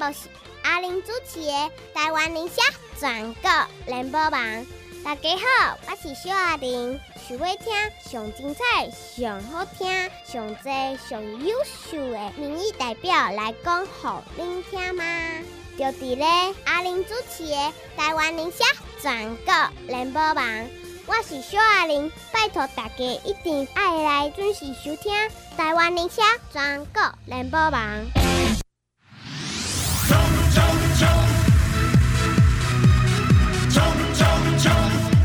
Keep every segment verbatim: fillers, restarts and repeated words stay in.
目是阿玲主持的台湾宁夏全国联播网。大家好，我是小阿玲，想要听上精彩、上好听、上多、上优秀的民意代表来讲，互恁听吗？就伫咧阿玲主持的台湾宁夏全国联播网。我是小阿玲，拜托大家一定爱来准时收听台湾宁夏全国联播网。冲冲冲！冲冲冲！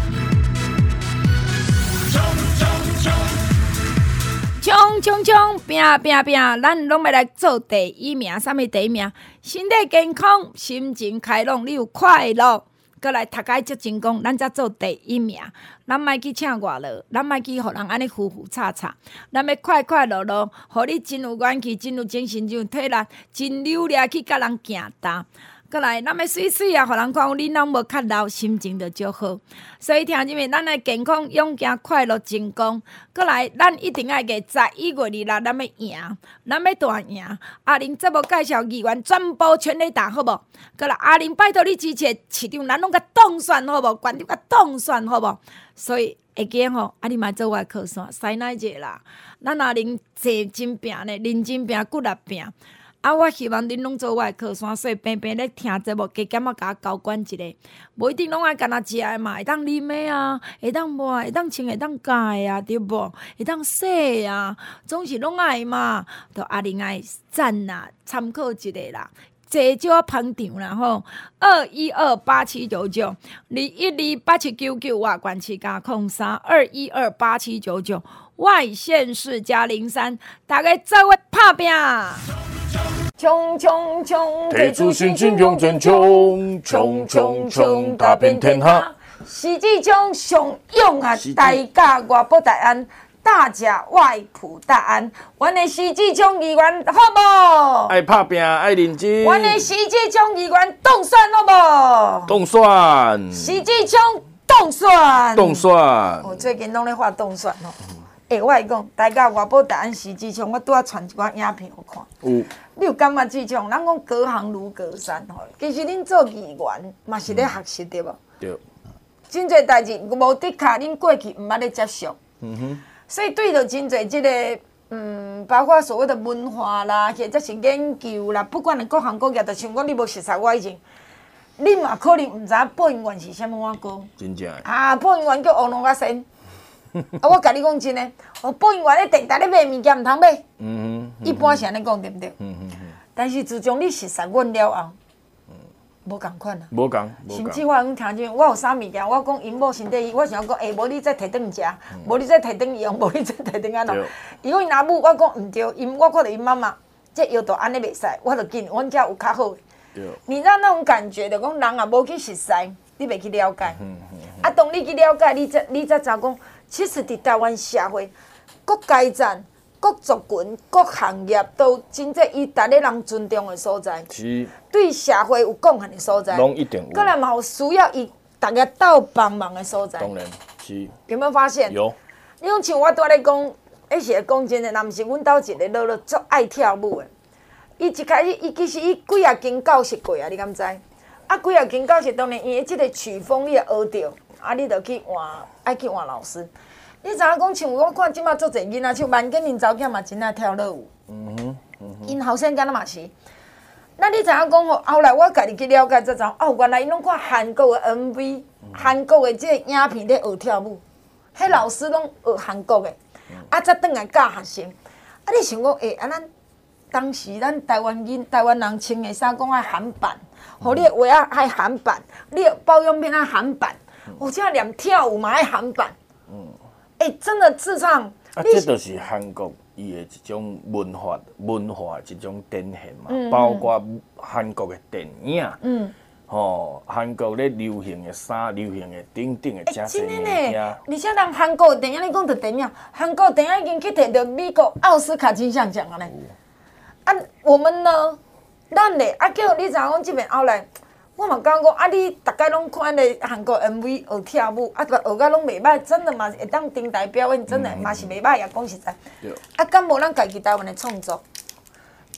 冲冲冲！冲冲冲！拼拼拼！咱拢要来做第一名，啥物第一名？身体健康，心情开朗，你有快乐。搁来读解足成功，咱才做第一名。咱莫去请外劳，咱莫去互人安尼呼呼吵吵，咱要快快乐乐，互你真有元气，真有精神，真有体力，真流利去甲人行搭。搁来，咱要水水啊，互人看你拢无较老，心情就足好。所以听入面，咱来健康、勇敢、快乐、成功。搁来，咱一定爱月十一月二六，咱要赢，咱要大赢。阿玲节目介绍议员全部全力打，好无？搁来，阿玲拜托你支持市长，咱拢甲当选好无？县长甲当选好无？所以会记吼，啊，你嘛做我的靠山，使哪一个啦？咱阿玲坐真拼呢，认真拼，骨力拼。啊！我希望恁拢做我的靠山，所以平平咧听节目，加减啊，甲我交关一个，无一定拢爱干那食的嘛，会当啉的啊，会当抹，会当穿，会当加的啊，对无？会当洗啊，总是拢爱嘛。就阿玲爱赞啦，参考一个啦，坐少捧场啦吼。二一二八七九九，二一二八七九九，外关七加空三，二一二八七九九，外县市加零三，大家做伙拍拼。冲冲冲！ 提出新军用真冲，冲冲冲！打遍天下。 是这种上勇啊！大家外保大安，大家外普大安。阮的是这种议员好无？ 爱拍拼，爱认真。 阮的是这种议员当选好无？ 当选。 是这种当选。 当选。 我最近拢咧发当选哦。诶、欸，我来讲，大家外保大安是这种，我拄仔传一寡影片互看。有。你有感觉这种？咱讲隔行如隔山吼。其实恁做议员嘛是咧学习对无？ 对。 真侪代志无的确，恁过去毋捌咧接受。嗯哼。所以对着真侪即个嗯，包括所谓的文化啦，或者是研究啦，不管是各行各业，就像讲你无熟悉我以前，你嘛可能毋知报应员是啥物碗糕。 真正。啊， 报应员叫乌龙甲仙。啊，我甲你讲真诶，哦，报应员咧电台咧买物件毋通买。嗯哼。一般是安尼讲对毋对？嗯哼哼。但是自从你熟悉阮了后，嗯，无共款啦。 无共。 甚至我讲听见，我有啥物件，我讲因某身体，我想讲，诶，无你再摕转食，无你再摕转用，无你再摕转安怎？伊讲因阿母，我讲毋对，因我看到因妈妈，这药都安尼袂使，我就紧，阮遮有较好诶。对。你让那种感觉，就讲人也无去熟悉，你袂去了解。嗯嗯。啊，当你去了解，你才你才知讲。其实，伫台湾社会，各阶层、各族群、各行业都真正伊逐个人尊重的所在，是对社会有贡献的所在， 拢一定有。 个人嘛有需要伊大家斗帮忙的所在。 当然，是。 有没有发现？ 有。 你讲像我拄仔咧讲，迄是讲真的，若毋是阮兜一个乐乐足爱跳舞的，伊一开始伊其实伊几啊间教室过啊，你敢知？啊，几啊间教室当然伊的即个曲风你也学着。啊，你着去换，爱去换老师。你知影讲像我看即马足侪囡仔，像万金玲查某囝嘛真爱跳热舞。嗯哼，嗯哼。因后生囝仔嘛是。那你知影讲吼？后来我家己去了解才知，哦，原来因拢看韩国的 M V， 韩国的即个影片咧学跳舞。迄老师拢学韩国的，啊，才转来教学生。啊，你想讲，诶、欸，啊，咱当时咱台湾囡、台湾人穿的衫讲爱韩版，互你的鞋啊爱韩版，你的保养品爱韩版。我这样连跳舞嘛爱韩版，嗯，哎、欸，真的自唱。 啊，这就是韩国伊的一种文化文化一种展现嘛，嗯、包括韩国的电影，嗯，吼，韩国咧流行的衫、流行的等等的真侪物件。 而且人韩国的电影，你讲到电影，韩国电影已经去摕到美国奥斯卡金像奖了咧。啊，我们呢，咱咧啊叫你知影讲这边后来。我嘛讲讲啊，你大概拢看咧韩国 M V 学跳舞，啊，学甲拢袂歹，真的嘛会当登台表演，真的嘛是袂歹呀，讲实在。啊，敢无咱家己台湾的创作？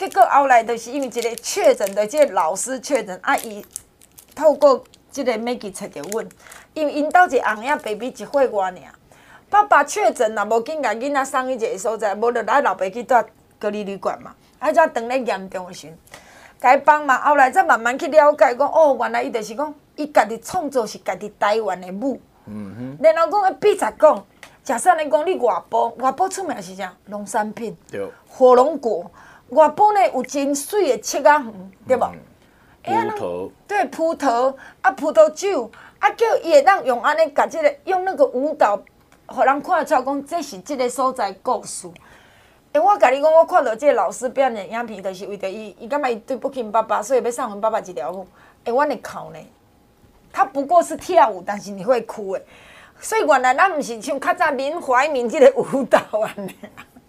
结果后来就是因为一个确诊的，这个老师确诊，啊，伊透过这个媒介找着阮，因为因兜一个红仔 baby 一岁外尔，爸爸确诊啦，无紧甲囡仔送去一个所在，无就来老爸去住隔离旅馆嘛，啊，才当咧严重的时阵，甲伊帮忙，后来才慢慢去了解，讲哦，原来伊就是讲，伊家己创造是家己台湾的母，嗯哼，然后讲比才讲。假设你讲你外埔，外埔出名是啥？农产品，火龙果。外埔呢有真水的七仔园，对无？ 葡萄。 对，葡萄啊，葡萄酒啊，叫伊会当用安尼，甲即个用那个舞蹈，互人看出来讲，这是即个所在故事。诶，我甲你讲，我看到即个老师表演影片，就是为着伊，伊感觉伊对不起因爸爸，所以要送阮爸爸一条路。诶，阮会哭呢。他不过是跳舞，但是你会哭诶。所以原来咱毋是像较早林怀民即个舞蹈安尼，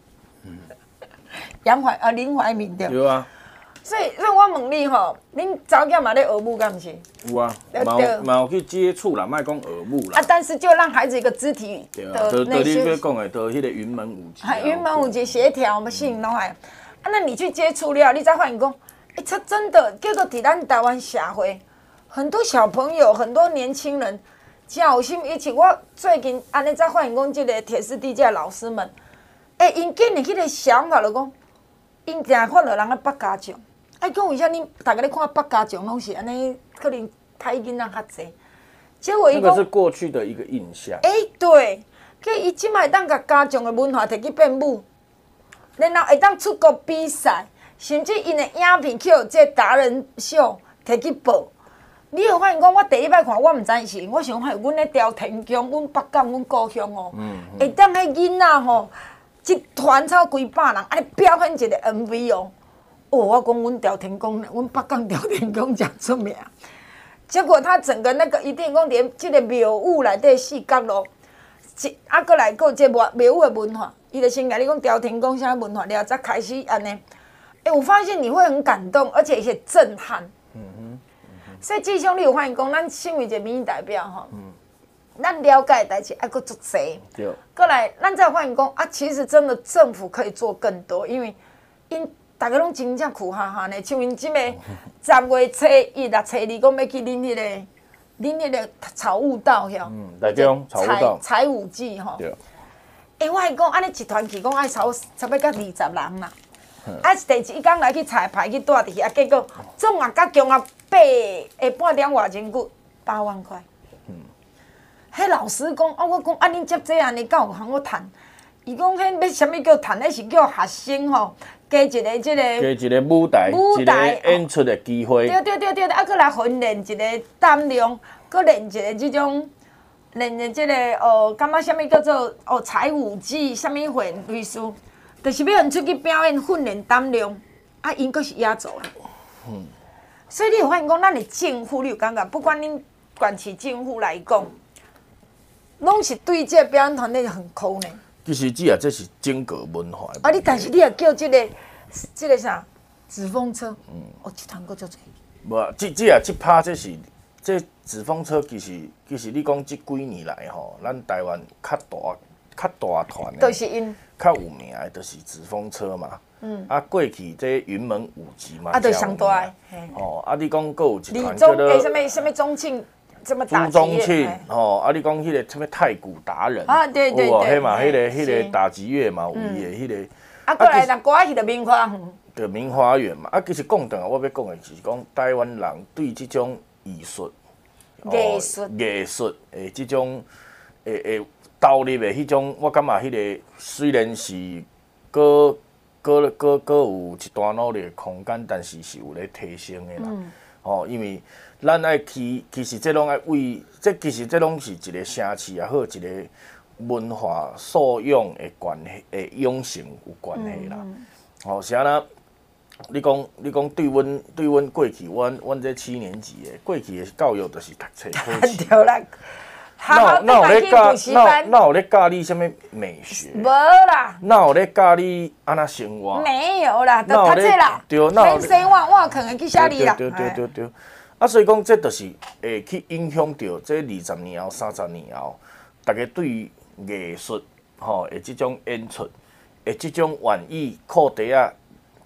杨怀啊林怀民对。 对啊。 所以，所以我问你吼，恁查某囝嘛咧学舞，敢毋是？ 有啊，嘛有嘛有去接触啦，莫讲学舞啦。 啊，但是就让孩子一个肢体的那些。对，你要讲的，就迄个云门舞集。 云门舞集协调，嘛吸引拢海。啊，那你去接触了，你才发现讲，哎，这真的叫做伫咱台湾社会，很多小朋友，很多年轻人。真有心，而且我最近安尼才发现讲，即个铁丝地这老师们，哎、欸，因建立迄个想法就讲，因定看到人咧北家长，哎，讲为啥你大家咧看北家长拢是安尼，可能歹囡仔较济。结果伊讲， 那个是过去的一个印象。 哎、欸，对，佮伊即摆当甲家长的文化摕去变舞，然后会当出国比赛，甚至因的影片去互这达人秀摕去报。你有发现讲，我第一摆看，我毋知是，我想看阮咧朝天宫，阮北港，阮故乡哦，嗯嗯、会当迄囡仔吼，一团超几百人，安尼表演一个 M V 哦。哦，我讲阮朝天宫，阮北港朝天宫真出名。结果他整个那个一定讲连即个庙宇内底四角咯，一啊，过来个即庙庙宇的文化，伊就先甲你讲朝天宫啥文化了，才开始安尼。哎、欸，我发现你会很感动，而且也震撼。嗯哼。所以，至少你有发现讲，咱身为一个民意代表吼，嗯、咱了解的代志还佫足侪。对。过来，咱再发现讲啊，其实真的政府可以做更多，因为因大家拢真正苦哈哈呢。像因即个十月初一、六初二，讲要去恁迄、那个、恁迄个草悟道遐。嗯， 内中草悟道。 采舞季吼。对。哎、欸，我还讲安尼一团去，讲爱差差不多甲二十人啦。啊，第一天来去彩排去住伫遐，结果总啊甲强啊八下半点偌真久，八万块。嗯。迄老师讲，啊，我讲啊，恁接这安尼，敢有通我趁？伊讲，迄要啥物叫趁？迄是叫学生吼，加一个即个。 加一个舞台，一个演出的机会。 对对对对，啊，搁来训练一个胆量，搁练一个即种，练的即个哦，感觉啥物叫做哦，采舞技，啥物会类似。就是要人出去表演训练胆量，啊，因阁是压轴的。嗯。所以你有发现讲，咱的政府，你有感觉，不管恁县市政府来讲，拢是对这个表演团队很抠呢。 其实只啊，这是整个文化。 啊，你但是你也叫这个，这个啥纸风车？嗯。哦，这团阁足济。 无啊，这这啊，这趴这是这纸风车，其实其实你讲这几年来吼，咱台湾较大较大团的。 都是因。 较有名的，就是纸风车嘛。嗯。啊，过去这云门舞集嘛。 啊，就上大的。 哦，啊，你讲佫有一团叫做。 李宗诶，什么什么宗庆，什么打击朱宗庆，吼，啊，你讲迄个什么太鼓达人。 啊，对对对。 有啊，迄嘛，迄个迄个打击乐嘛，有伊的迄个。 啊，过来人歌是着明花园。 着明花园嘛，啊，其实讲倒来，我要讲的是讲台湾人对这种艺术、 艺术、 艺术诶，这种诶诶。投入的迄种，我感觉迄个虽然是搁搁搁搁有一段努力的空间，但是是有咧提升的啦。嗯、哦，因为咱爱去，其实这拢爱为，这其实这拢是一个城市也好，一个文化素养的关系，的养成有关系啦。嗯嗯、哦，是安那？你讲你讲对阮对阮过去，阮阮这七年级的过去的教育就是读册考试。 对啦。 那那有咧教，那那有咧教你什么美学？ 无啦。 那有咧教你安那生活？ 没有啦，都读册啦。 对，那有。生活我可能去写你啦。 对对对对。啊，所以讲这就是会去影响到这二十年后、三十年后，大家对于艺术吼的这种演出，的这种愿意靠底啊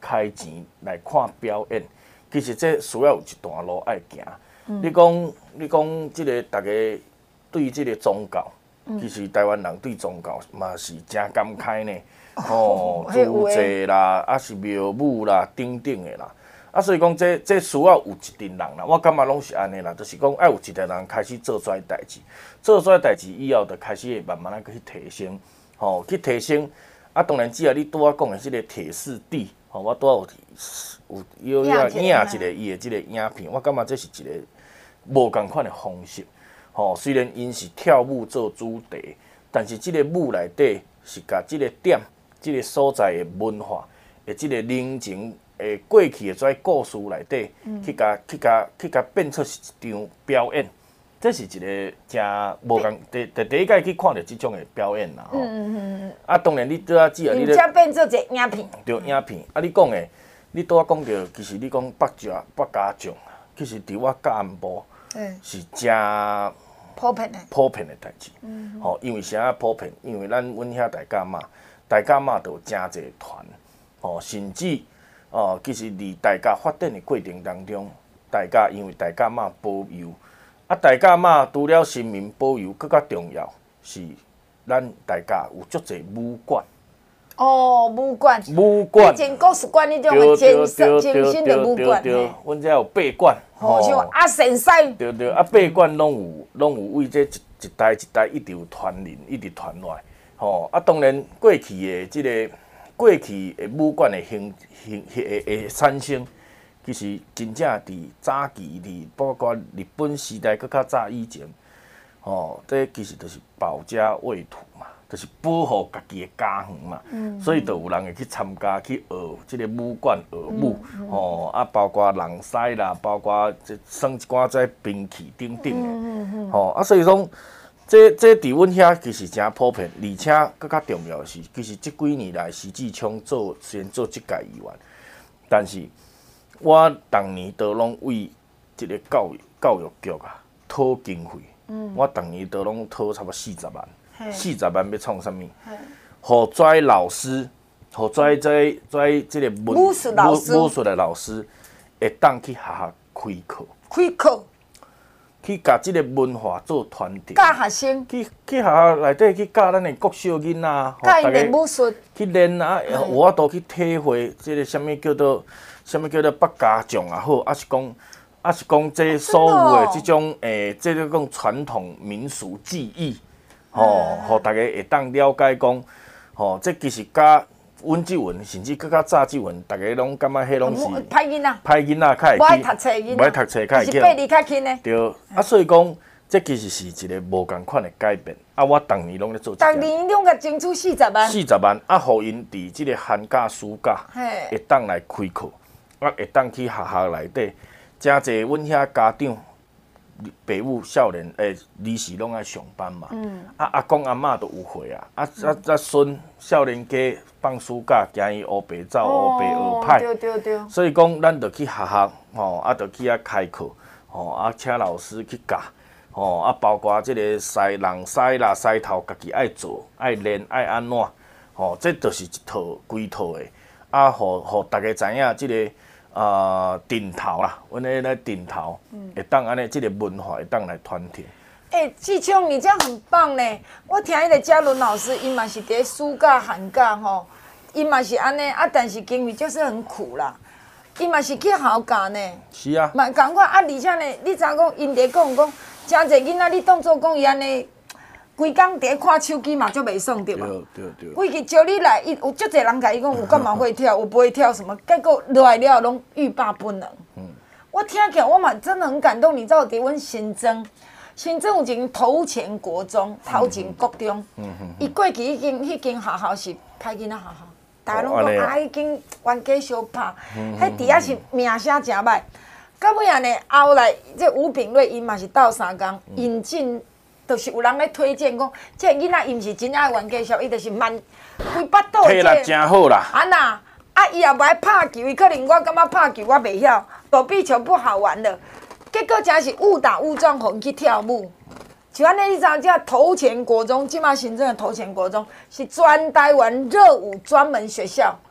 开钱来看表演，其实这需要有一段路爱行。嗯、你讲，你讲，即个大家对即个宗教，嗯、其实台湾人对宗教嘛是真感慨呢。哦，祖祭啦，啊是庙宇啦，等等的啦。啊，所以讲这这需要有一群人啦。我感觉拢是安尼啦，就是讲爱有一群人开始做出来代志，做出来代志以后，就开始会慢慢啊去提升，吼、哦，去提升。啊，当然，只要你拄我讲的即个铁士弟，吼、哦，我拄有有有影影一个伊的即个影片，我感觉这是一个无共款的方式。吼、哦，虽然因是跳舞做主题，但是即个舞内底是甲即个点、即个所在的文化，的即个人情，诶，过去的跩故事内底，嗯、去甲去甲去甲变出是一场表演。这是一个真无共第第第一届去看到即种的表演啦吼。嗯嗯嗯。啊，当然你拄仔只要你咧。 才变做一个影片。 对，影片。啊，你讲的，你拄仔讲到，其实你讲北家北家将，其实伫我干部是真普遍的普遍的代志。嗯。吼，因为啥普遍？因为咱阮遐大家嘛，大家嘛都有真侪团，吼，甚至哦，其实伫大家发展的过程当中，大家因为大家嘛保佑。啊，大家嘛，除了新民保佑，更较重要是咱大家有足侪武馆。 哦，武馆。 武馆。 前国术馆迄种的精神、精神的武馆。 对对对，阮遮有八馆。 好像阿神西。 对对，啊八馆拢有拢有为这一一代一代一直有传人，一直传来。吼，啊当然过去的即个过去的武馆的兴兴的的产生。其实真正伫早期，伫包括日本时代，搁较早以前，吼，这其实就是保家卫土嘛，就是保护家己的家园嘛。嗯、所以就有人会去参加去学即个武馆学武，吼、嗯嗯、啊，包括人狮啦，包括这耍一寡这兵器等等的，吼、嗯嗯嗯、啊，所以讲，这这伫阮遐其实真普遍，而且搁较重要的是，其实这几年来，徐志昌做虽然做即届议员，但是。我逐年都拢为即个教育教育局啊讨经费，嗯、我逐年都拢讨差不多四十万，四十万要创啥物？互跩老师，互跩跩跩即个文武术老师， 武术的老师会当去学校开课， 开课， 去甲即个文化做传承， 教学生， 去去学校内底去教咱的国小囡仔， 教因练武术， 去练啊，有法度去体会即个啥物叫做。什么叫做百家将也好，还是讲，还是讲这所有的这种诶，这个讲传统民俗技艺，吼，互大家会当了解讲，吼，这其实甲阮即文，甚至更较早即文，大家拢感觉迄拢是歹囡仔， 歹囡仔较会记， 无爱读册囡仔， 无爱读册较会记， 是爬离较轻的。 对，啊，所以讲，这其实是一个无共款的改变。啊，我逐年拢咧做。逐年拢甲争取四十万。 四十万，啊，互因伫即个寒假、暑假，会当来开课。啊，会当去学校内底，真侪阮遐家长、爸母、少年诶，离时拢爱上班嘛。嗯。啊，阿公阿嬷都有岁啊，啊啊啊孙少年家放暑假，惊伊乌白走、乌白学歹。 对对对。 所以讲，咱着去学校，吼，啊，着去遐开课，吼，啊，请老师去教，吼，啊，包括即个狮人狮啦、狮头，家己爱做、爱练、爱安怎，吼，这就是一套规套的，啊，互互大家知影即个。啊，顶头啦，阮咧咧顶头，会当安尼，即个文化会当来传承。 哎，志昌，你这样很棒呢！我听迄个嘉伦老师，伊嘛是伫暑假、寒假吼，伊嘛是安尼啊，但是经费就是很苦啦。伊嘛是去校教呢。 是啊。 嘛共款啊，而且呢，你知影讲，因伫讲讲，真侪囡仔，你当做讲伊安尼。规工伫看手机嘛，就袂爽对嘛？ 对对对。 规日招你来，伊有足侪人甲伊讲，有干嘛会跳，有不会跳什么，结果落来了拢欲罢不能。嗯。我听起来我嘛真的很感动，你知道伫阮新庄，新庄有一间头前国中、头前国中，嗯嗯。伊过去已经迄间学校是歹囡仔学校，大家拢讲啊，已经冤家相拍，迄底下是名声真歹。到尾啊呢，后来这吴炳瑞伊嘛是斗三工引进。就是有人咧推荐讲，这囡仔伊毋是真正冤家小，伊就是慢规巴肚体力真好啦。 啊呐，啊伊也无爱拍球，伊可能我感觉拍球我袂晓，躲避球不好玩了。结果真是误打误撞，互伊去跳舞。就安尼，你知影这头前国中，即马新庄的头前国中是全台湾热舞专门学校，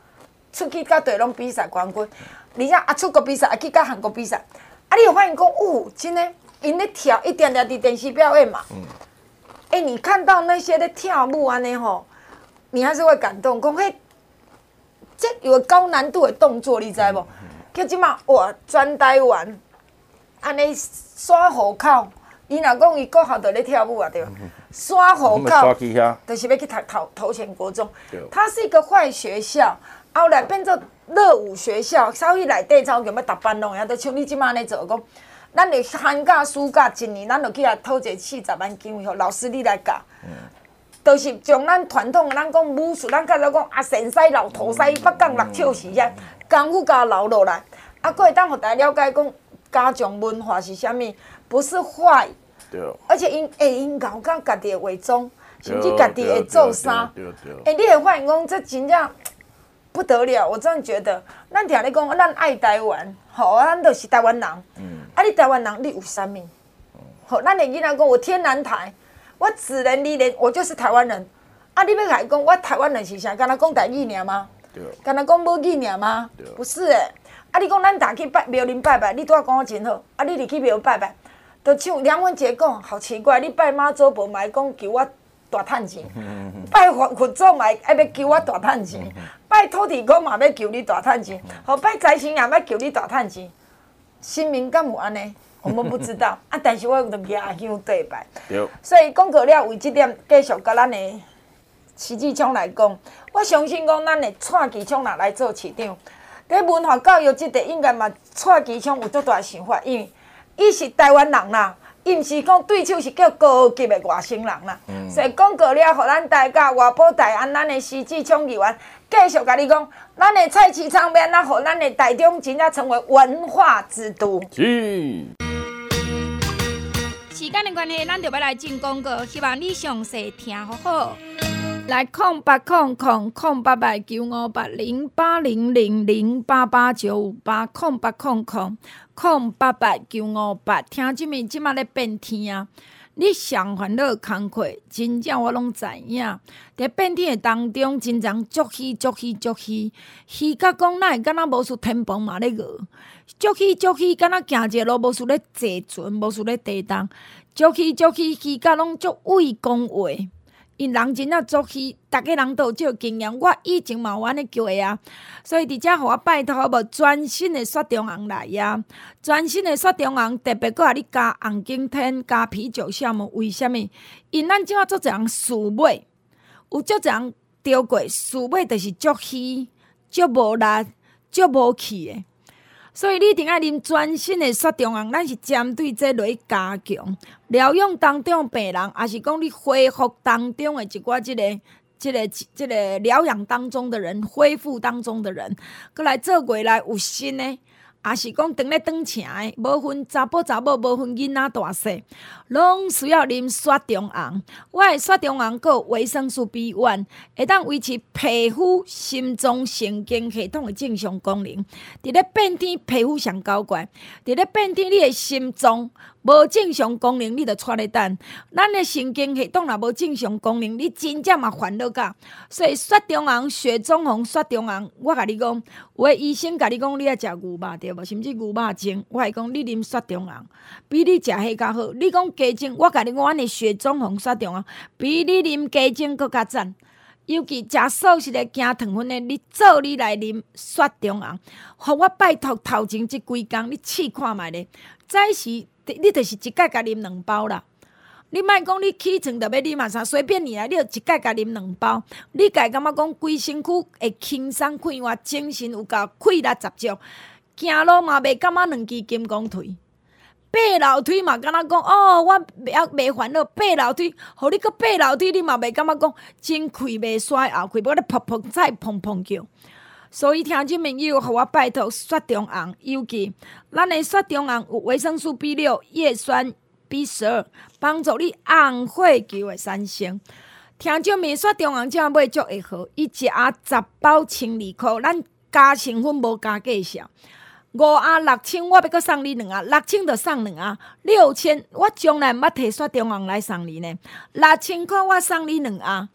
出去甲队拢比赛冠军，而且啊出国比赛，啊去甲韩国比赛，啊你有发现讲，哦，真诶，因咧跳一点点伫电视表演嘛。嗯。哎、欸，你看到那些咧跳舞安尼吼，你还是会感动，讲迄这有高难度的动作，你知无？叫即马哇，全台湾安尼山河口，伊若讲伊国校就咧跳舞啊，对吧？山河口就是要去读头头前国中，它是一个坏学校，后来变做热舞学校，稍微内底超强要逐班拢会晓得像你即马安尼做讲。咱就寒假、暑假一年，咱就去遐讨一个四十万奖，吼，老师你来教，都、就是将咱传统，咱讲武术，咱较早讲啊，神西、老头西、北港六笑时遐功夫甲留落来，啊，佫会当互大家了解讲家长文化是啥物，不是坏，对，而且因会因搞到家己的伪装，甚至家己会做衫，哎，你会发现讲这真正不得了，我真的觉得，咱听你讲，咱爱台湾，吼，咱都是台湾人。嗯啊！你台湾人，你有啥物？好，咱的囡仔讲，我天然台，我自然理连，我就是台湾人。啊！你要甲伊讲，我台湾人是啥？敢若讲台语尔吗？对。敢若讲母语尔吗？对。不是诶。啊！你讲咱逐去拜庙林拜拜，你拄仔讲我真好。啊！你入去庙拜拜，就像梁文杰讲，好奇怪，你拜妈祖婆嘛会讲求我大趁钱，拜佛佛祖嘛爱要求我大趁钱，拜土地公嘛要求你大趁钱，好拜财神也要求你大趁钱。新民敢有安尼？我们不知道啊，但是我有着牙香对拜。所以讲过了，为这点继续甲咱的徐志昌来讲，我相信讲咱的蔡其昌若来做市长，在文化教育这块应该嘛蔡其昌有足大想法，因为伊是台湾人啦，伊毋是讲对手是叫高级的外省人啦。嗯、所以讲过了，互咱大家外埔大安咱的徐志昌议员继续甲你讲。咱的蔡其昌要哪互咱的台中真正成为文化之都。是。时间的关系，咱就要来进广告，希望你详细听好好。来空八空空空八八九五八零八零零零八八九五八空八空空空八八九五八，听即面即马咧变天啊！你上烦恼工课，真正我拢知影。伫变天的当中，真常足虚足虚足虚，虚甲讲哪会敢若无事天崩嘛咧饿，足虚足虚敢若行一路无事咧坐船，无事咧地动，足虚足虚虚甲拢足畏讲话。因人真正足虚，逐个人都有这个经验。我以前嘛有安尼叫的啊，所以伫遮互我拜托，无全新的雪中红来啊！全新的雪中红特别搁甲你加红景天、加啤酒酵母，为虾米？因咱即马足侪人输买，有足侪人着过输买，就是足虚、足无力、足无气的。所以你一定要啉全新的雪中红，咱是针对这类加强疗养当中病人，也是讲你恢复当中的一寡即、这个、即、这个、即、这个疗养当中的人，恢复当中的人，过来做过来有新的，也是讲长咧长请的，无分查甫查某，无分囡仔大细，拢需要啉雪中红。我的雪中红有维生素 B 一， 会当维持皮肤、心脏、神经系统的正常功能。伫咧变天，皮肤上高怪；伫咧变天，你的心脏无正常功能，你就喘咧等。咱的神经系统若无正常功能，你真正嘛烦恼甲。所以雪中红、雪中红、雪中红，我甲你讲，有的医生甲你讲，你爱食牛肉对无？甚至牛肉精，我会讲你啉雪中红，比你食迄较好。你讲鸡精，我甲你讲，阮的雪中红、雪中红，比你啉鸡精佫较赞。尤其食素食的、惊糖分的，你做你来啉雪中红，互我拜托头前即几工，你试看觅咧。早时你就是一摆甲啉两包啦。你莫讲你起床就要啉嘛啥，随便你啦，你就一摆甲啉两包。你家感觉讲规身躯会轻松快活，精神有够快力十足，行路嘛袂感觉两支金刚腿。爬楼梯嘛，敢若讲哦，我袂袂烦恼爬楼梯，互你搁爬楼梯，你嘛袂感觉讲前开袂甩后开，我咧噗噗再砰砰叫。所以听众朋友，互我拜托雪中红，尤其咱的雪中红有维生素 B 六、叶酸 B 十二，帮助你红血球的产生。听众朋友，雪中红这买足会好，伊一盒十包千二箍，咱加成分无加价少。五盒六千，我要搁送你两盒，六千就送两盒，六千我将来毋捌摕雪中红来送你呢。六千块我送你两盒，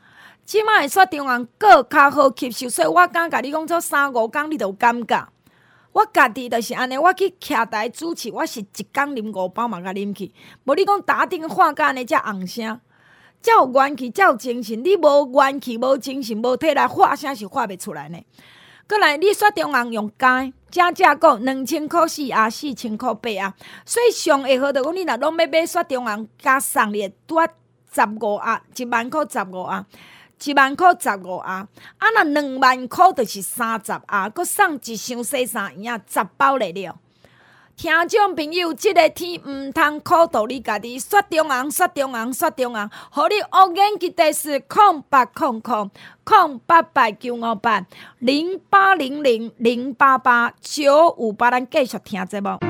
即摆的雪中红搁较好吸收，所以我敢甲你讲，做三五工你就有感觉。我家己就是安尼，我去徛台主持，我是一工啉五包嘛，甲啉去。无你讲打顶化甲安尼遮红声，遮有元气，遮有精神。你无元气、无精神、无体力，化声是化袂出来呢。过来，你雪中红用加，正正个两千箍四啊，四千箍八啊。所以上会好着讲，你若拢要买雪中红加送你，拄啊十五啊，一万箍十五啊。一万箍十五啊，啊若两万箍就是三十啊，佮送一箱洗衫衣啊，十包来了。听众朋友，即、这个天毋通苦度你家己，雪中红，雪中红，雪中红，互你乌眼记得是空八空空空八八九五八零八零零零八八九五八，咱继续听节目。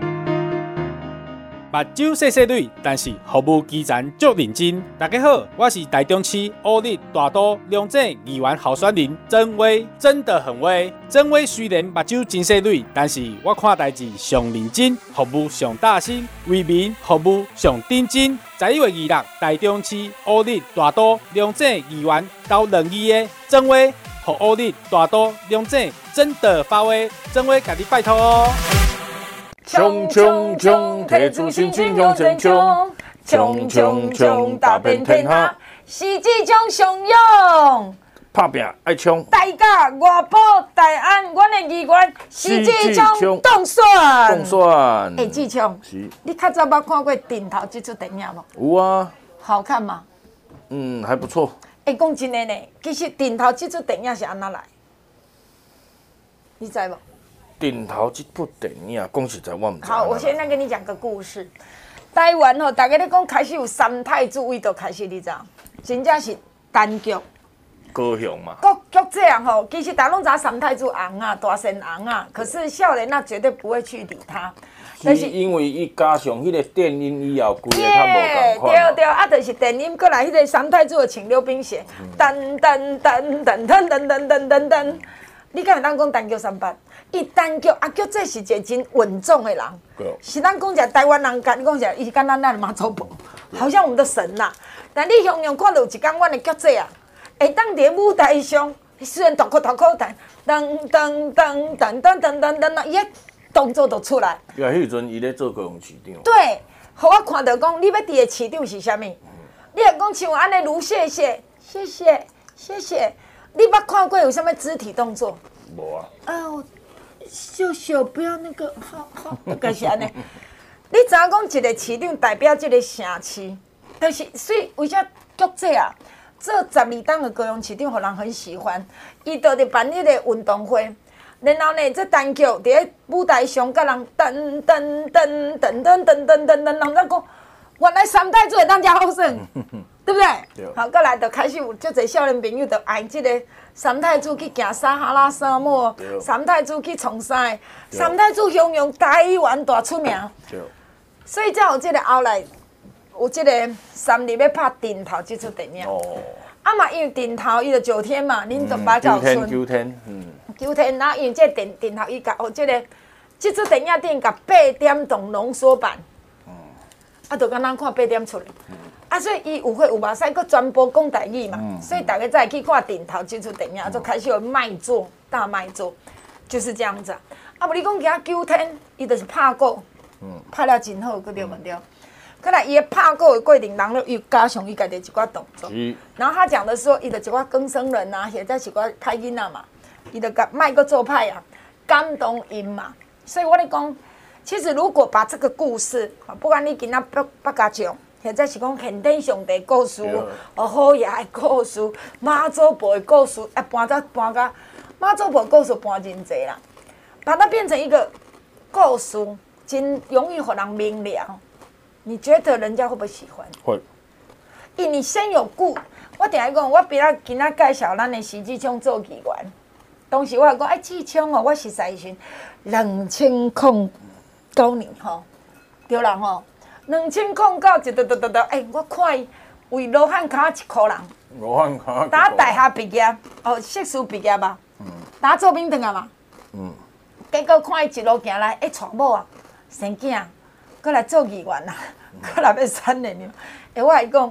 目睭细细蕊，但是服务基层足认真。大家好，我是台中市乌日大都龙井议员候选人曾威，真的很威。曾威虽然目睭真细蕊，但是我看代志上认真，服务上大心，为民服务上认真。十一月二六，台中市乌日大都龙井议员到两亿的曾威，和乌日大都龙井真的发威，曾威甲你拜托哦。 冲冲冲，铁柱心情勇争冲，冲冲冲，打遍天下， 是这种上勇。 拍拼爱冲， 大家外埔大安，阮的议员是这种动选。 动选。 哎，志聪， 是。 你较早捌看过《顶头》这出电影无？ 有啊。 好看吗？ 嗯，还不错。 哎，讲真的呢，其实《顶头》这出电影是安怎来？你知无？ 顶头这部电影，讲实在我唔知。 好，我现在跟你讲个故事。台湾吼，大家咧讲开始有三太子位都开始，你知道？真正是单局。 高雄嘛。 国局这样吼，其实大家拢知三太子红啊，大神红啊，可是少年那绝对不会去理他。 但是因为伊加上迄个电音以后，规个较无共款。 对对，啊，就是电音过来，迄个三太子就穿溜冰鞋，噔噔噔噔噔噔噔噔噔噔。你敢会当讲单局三八？伊单局阿局这是一个真稳重的人，是咱讲一台湾人讲讲起来，伊是敢咱咱妈祖婆，好像我们的神呐、啊。但你常常看到有一天，阮的局这啊，会当伫舞台上，虽然大口大口弹，噔噔噔噔噔噔噔噔，伊个动作就出来。 因为迄阵伊咧做高雄市长。 对，互我看到讲，你要伫个市长是啥物？你若讲像安尼如谢谢谢谢谢谢，你捌看过有啥物肢体动作？ 无啊。 啊，我。秀秀，不要那个，好好，就是安尼。你知影讲一个市长代表这个城市，就是所以为啥局这啊？做十二档的高雄市长，互人很喜欢。伊就伫办迄个运动会，然后呢，这单曲伫咧舞台上，甲人噔噔噔噔噔噔噔噔噔，人在讲，原来三太子会当遮好耍，对不对？ 对。 好，过来就开始有足侪少年朋友就爱这个。三太子去行撒哈拉沙漠，三太子去冲山，三太子享用台湾大出名，所以才有这个后来有这个三日要拍《顶头》这出电影。哦。啊嘛，因为《顶头》伊就九天嘛，恁就八九村。 九天，嗯。 九天，然后因为这顶顶头伊甲哦，这个这出电影电影甲八点钟浓缩版。嗯。啊，就敢咱看八点出来。嗯。啊，所以伊有血有目屎，佮全部讲台语嘛，嗯、所以大家再去看顶头这出电影，就开始有卖座，大卖座，就是这样子。啊，无你讲其他九天，伊就是拍过，嗯、拍了真好，佮对不对？可能伊拍过的过程，人咧又加上伊家己一寡动作。然后他讲的说，伊就一寡更生人啊，或者是寡歹囡仔嘛，伊就甲卖个做派啊，感动因嘛。所以我咧讲，其实如果把这个故事，不管你今仔北北家将。或者是讲现代上帝故事，哦好爷的故事，妈祖婆的故事，啊搬到搬到妈祖婆故事搬真济啦，把它变成一个故事，真容易让人明了。你觉得人家会不会喜欢？ 会。 因为你先有故，我定下讲，我比较今仔介绍咱的徐志昌做议员，当时我讲，哎，志昌哦，我实在是两千零九年吼，对啦吼。两千零九，一直直直直，哎，我看伊为罗汉脚一箍人， 罗汉脚， 打大学毕业，哦，硕士毕业吧，嗯，打做兵转啊嘛，嗯，结果看伊一路行来，哎，娶某啊，生囝，搁来做议员啊，搁来要选的呢。哎，我来讲，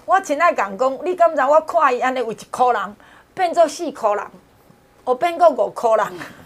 我真爱讲讲，你敢知我看伊安尼为一箍人变做四箍人，哦变过五箍人。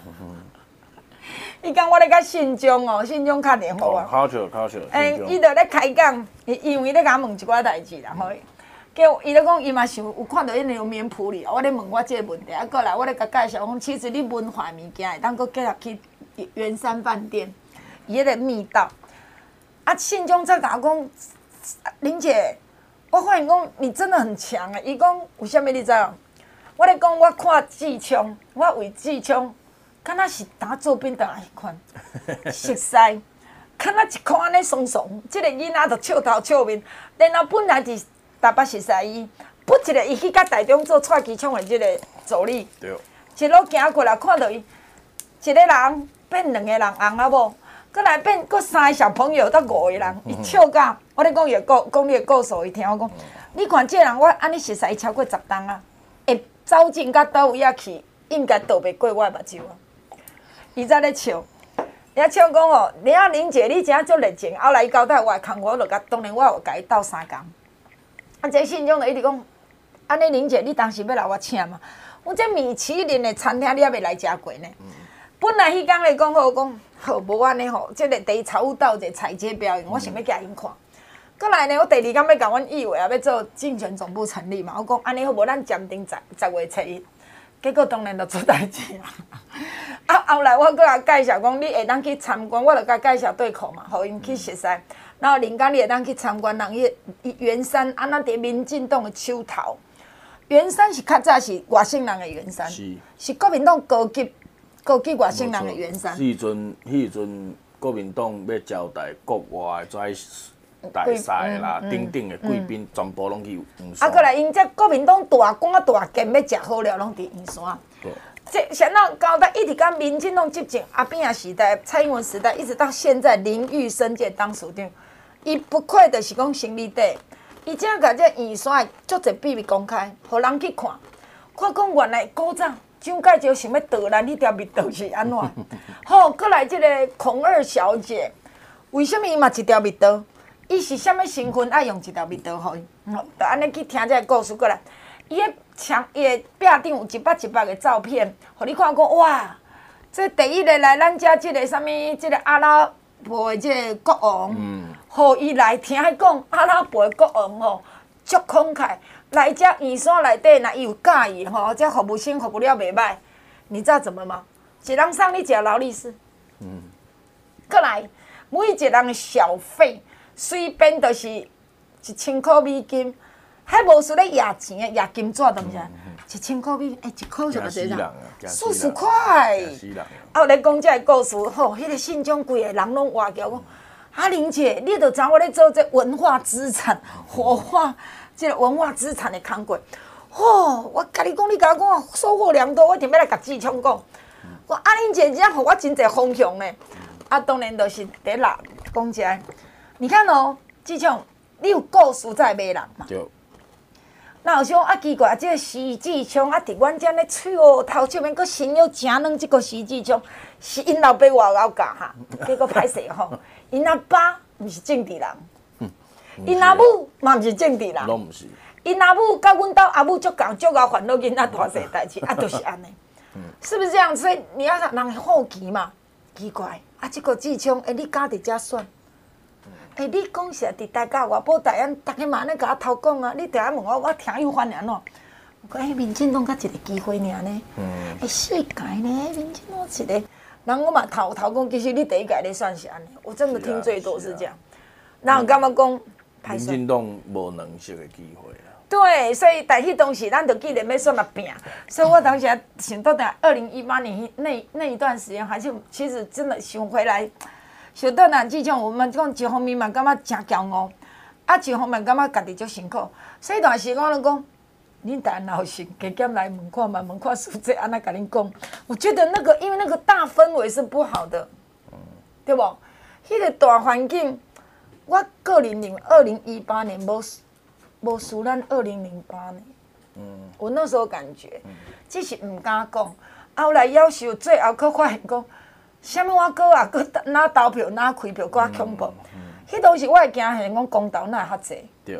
伊讲我咧甲信中哦，信中较联合啊。 考笑考笑。 诶，伊就咧开讲，因为咧甲我问一寡代志啦，吼。叫伊咧讲，伊嘛想有看到迄流面谱里，我咧问我即个问题，啊，过来我咧甲介绍讲，其实你文化物件会当搁结合去圆山饭店，伊迄个密道。啊，信中才甲我讲，玲姐，我发现讲你真的很强诶。伊讲为虾米你知哦？我咧讲我看志昌，我为志昌。敢若是打做便当迄款，熟悉，敢若一看安尼爽爽，即、這个囡仔就笑头笑面，然后本来是台北熟悉伊，不一个伊去甲台中做蔡其昌的即个助理，一路行过来看到伊，一个人变两个人翁啊无，搁来变搁三个小朋友到五个人，伊笑甲，我咧讲伊个讲你个故事，伊听我讲，你看即个人我安尼熟悉超过十档啊，会走进到倒位啊去，应该逃袂过我的目睭啊。伊才咧笑，遐笑讲哦，你啊玲姐，你真足热情。后来伊交代我的工，我就甲，当然我有甲伊斗三工。啊，这信中就一直讲，安尼玲姐，你当时要来我请嘛？我这米其林的餐厅，你还未来食过呢。嗯、本来迄天咧讲好讲，好无安尼吼，即、這个第草舞蹈一个彩街表演，我想要寄因看。过、嗯、来呢，我第二天要甲阮议委啊，要做竞选总部成立嘛。我讲安尼好无，咱暂定十十月初一。结果当然就出代志啦。啊，后来我搁甲介绍讲，你会当去参观，我就甲介绍对口嘛，互因去熟悉。然后林刚你会当去参观人迄圆山，安那伫民进党的手头。圆山是较早是外省人的圆山，是是国民党高级高级外省人的圆山。 迄阵迄阵国民党要招待国外的大赛啦，顶顶的贵宾全部拢去圆山。 啊，过来因这国民党大官大件要食好了，拢伫圆山。这想到交代一直到民进党执政，阿扁啊时代、蔡英文时代，一直到现在林玉生这当署长，伊不愧就是讲心理底，伊正甲这圆山足侪秘密公开，互人去看，看讲原来古早蒋介石想要倒咱迄条密道是安怎？好，过来这个孔二小姐，为什么伊嘛一条密道？伊是啥物身份爱用一条密道互伊？吼，就安尼去听这个故事过来。伊个墙，伊个壁顶有一百一百个照片，互你看讲哇，这第一个来咱遮即个啥物，即个阿拉伯的即个国王，互伊来听伊讲阿拉伯的国王吼，足慷慨，来遮圆山内底，若伊有介意吼，这服务生服务了袂歹，你知道怎么吗？一人送你食劳力士，嗯，过来每一人的小费。随便就是一千块美金，还无输咧压钱的压金纸，当是啊？一千块美金，哎，一块就偌济啦，四十块。啊，有咧讲这个故事，吼，迄个信中规个人拢活叫讲，啊，玲姐，你著知我咧做这文化资产活化，这个文化资产的工作。吼，我甲你讲，你甲我讲收获良多，我一定要来甲志昌讲。我啊，玲姐，这互我真侪方向呢。啊，当然就是第六讲这个。你看哦，志昌，你有故事才会骂人嘛？对。那有想啊奇怪，这个徐志昌啊，伫阮遮咧吹哦头上面，佫新有正软即个徐志昌，是因老爸外口教哈，结果歹势吼，因阿爸毋是政治人，因阿母嘛毋是政治人， 拢毋是。 因阿母甲阮兜阿母足共足够烦恼囡仔大细代志，啊，就是安尼，是不是这样？所以你要让人好奇嘛？奇怪，啊，这个志昌，哎，你家伫遮选？哎、欸，你讲是伫大家外埔大安，大家嘛安尼甲我偷讲啊！你定下问我，我听有反尔喏。我讲，哎，民进党甲一个机会尔呢。嗯。哎，世界呢，民进党一个，人我嘛偷偷讲，其实你第一届咧算是安尼。我真的听最多是这样。然后感觉讲， 民进党无能色的机会啊。 对，所以但迄当时，咱就既然要选嘛拼，所以我当时想到在二零一八年那那一段时间，还是其实真的想回来。想到咱即种，我们讲一方面嘛，感觉真骄傲；啊，一方面感觉家己足辛苦。所以段时我拢讲，恁台湾老师加减来问看嘛，问看实际安那甲恁讲。我觉得那个，因为那个大氛围是不好的，对不？迄、那个大环境，我个人认为二零一八年无无输咱二零零八年。嗯，我那时候感觉，只是唔敢讲。后来要求最后，佫发现讲。啥物我搁啊，搁拿投票、拿开票，搁较恐怖。迄当时我会惊，现讲公投哪会较济？对。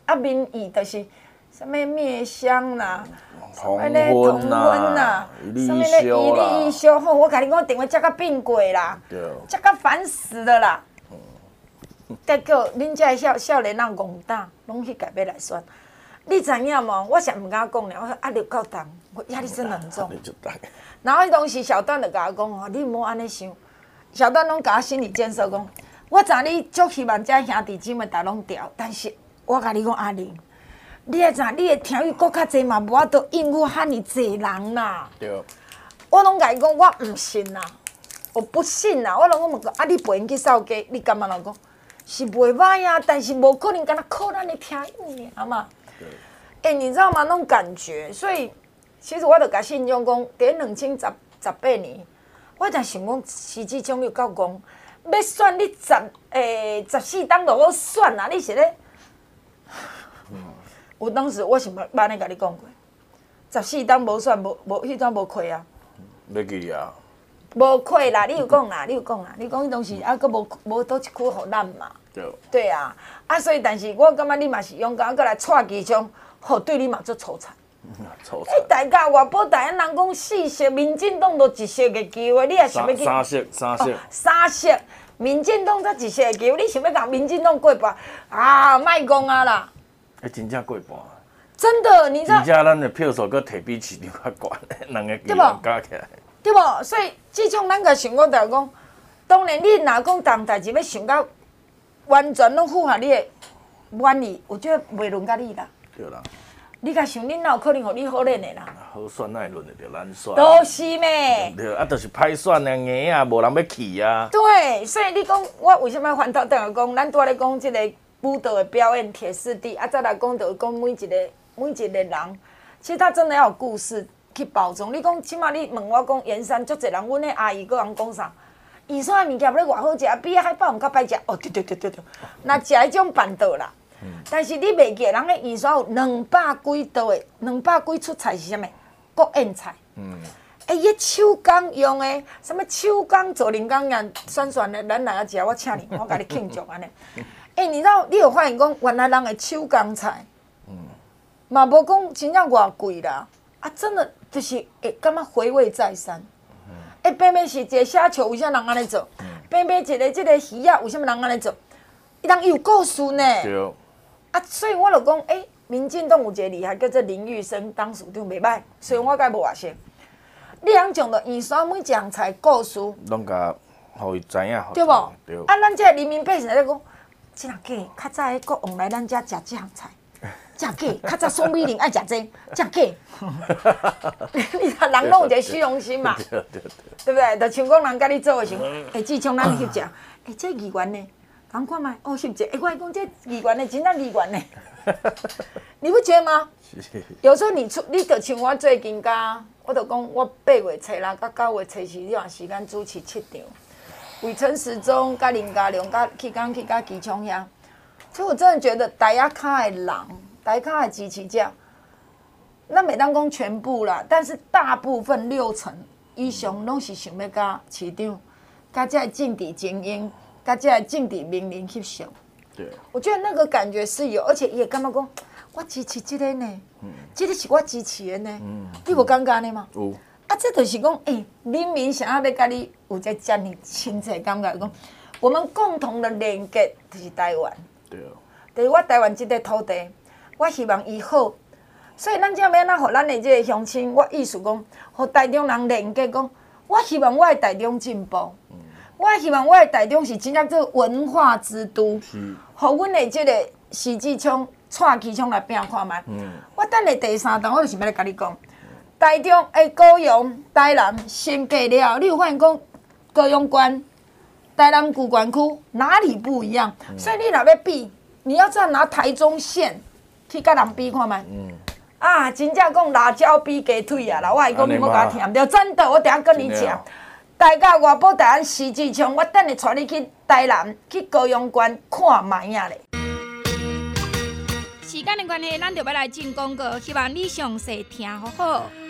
啊，民意就是什么灭乡啦，什同么咧同婚婚啦，什么咧一例一休吼，我甲你讲，电话接甲变过啦，接甲烦死了啦。结果恁遮少少年人戆胆，拢去改要来选。你知影无？我是毋敢讲咧，我说压力够重，我压力真的很重。然后迄当时小段就甲我讲吼，你莫安尼想。小段拢甲我心理建设讲，我知你足希望遮兄弟姊妹逐拢调，但是我甲你讲阿玲，你会知你的听语搁较济嘛，无法度应付遐尼济人啦。 对。 我拢甲伊讲，我毋信啦，我不信啦。我拢讲问讲，啊，你陪因去扫街，你感觉老讲是袂歹啊，但是无可能敢若靠咱的听语尔嘛。哎、欸，你知道吗？那种感觉，所以其实我就甲信众讲，伫两千十十八年，我才想讲，实际上有够讲，要选你十诶、欸、十四档就好选啦，你是咧？嗯、有当时我是捌捌咧甲你讲过，十四档无选无无迄阵无亏啊。 要记啊。 无亏啦，你有讲啦，你有讲啦，你讲迄当时啊，佫无无倒一区互咱嘛。对。对啊，啊，所以但是我感觉你嘛是勇敢，佫来蔡其昌。吼，对你嘛做粗残。粗残。哎，大家外保台湾人讲四色，民进党都一色的机会，你也想要去？ 三色，三色。 三色，民进党才一色的机会，你想要甲民进党过半？啊，莫讲啊啦！ 哎，真正过半。 真的，你知道？ 而且咱的票数佫摕比市场较悬，两个机会加起来。 对无？所以即种咱个想我就讲，当然你若讲当代志要想到完全拢符合你的满意，我觉得袂轮到你啦。对啦，你甲想，恁哪有可能互你好练的啦？ 好选哪会轮得着咱选？ 都是咩？ 对，啊，就是歹选的硬啊，无人要去啊。 对，所以你讲我为什么反头等下讲？咱拄仔咧讲即个舞蹈的表演铁四弟，啊，再来讲就讲每一个每一个人，其实他真的要有故事去包装。你讲，起码你问我讲，盐山足侪人，阮的阿姨个人讲啥？盐山的物件要偌好食，比海霸王较歹食。哦，对对对对对，那食迄种板道啦。嗯、但是你袂记，人咧盐山有两百几道的，两百几出菜是啥物？国宴菜。嗯。哎、欸，迄手工用的，什么手工做人工人酸酸的，咱来啊食，我请你，我甲你庆祝安尼。哎、欸，你知道你有发现讲，原来人的手工菜，嗯，嘛无讲真正偌贵啦，啊，真的就是会感觉回味再三。嗯。哎、欸，偏偏是一个虾球，为啥人安尼做？偏偏一个即个鱼啊，为什么人安尼做？伊人有故事呢。对。啊，所以我就讲，诶、欸，民进党有一个厉害，叫做林玉生当署长，袂歹。虽然我甲无偌熟，你通将着盐山每一样菜故事， 拢甲互伊知影， 对无？对。啊，咱这人民百姓咧讲，即人假，较早迄国王来咱遮食即项菜，真假。较早宋美龄爱食这，真假。你看人拢有一个虚荣心嘛，对对对，对不对？就像讲人甲你做的时候，诶，志昌咱翕食，诶，这议员呢？赶快买哦，翕者，哎，我讲这议员的真正议员呢，你不觉得吗？有时候你出，你就像我最近甲，我就讲我八月初六到九月初四这段时间主持七场，为陈时中、甲林佳龙、甲去讲去甲基昌遐，所以我真的觉得台下卡的人，台下的支持者，咱袂当讲全部啦，但是大部分六成以上拢是想要甲市长、甲这政治精英。甲这个政治名人翕相，对，我觉得那个感觉是有，而且伊会感觉讲，我支持这个呢，嗯，这个是我支持的呢，嗯，你无感觉呢吗？有，啊，这就是讲，诶、欸，人民想要要甲你有这遮尔亲切感觉，讲我们共同的连接就是台湾，对，就是我台湾这块土地，我希望伊好，所以咱遮要安怎互咱的这个乡亲，我意思讲，互台中人连接讲，我希望我的台中进步。嗯，我希望我的台中是真正做文化之都，互阮的即个徐志昌、蔡其昌来拼看卖。嗯、我等下第三段，我就是要来甲你讲，台中的高雄、台南升格了，你有发现讲高雄县、台南古关区哪里不一样？嗯、所以你若要比，你要再拿台中县去甲人比看卖。嗯、啊，真正讲辣椒比鸡腿啊啦！我还讲你要甲我听着，真的，我等下跟你讲。大家外保台湾徐志昌，我等下带你去台南、去高雄县看卖啊咧。时间的关系，咱就要来进广告，希望你详细听好好。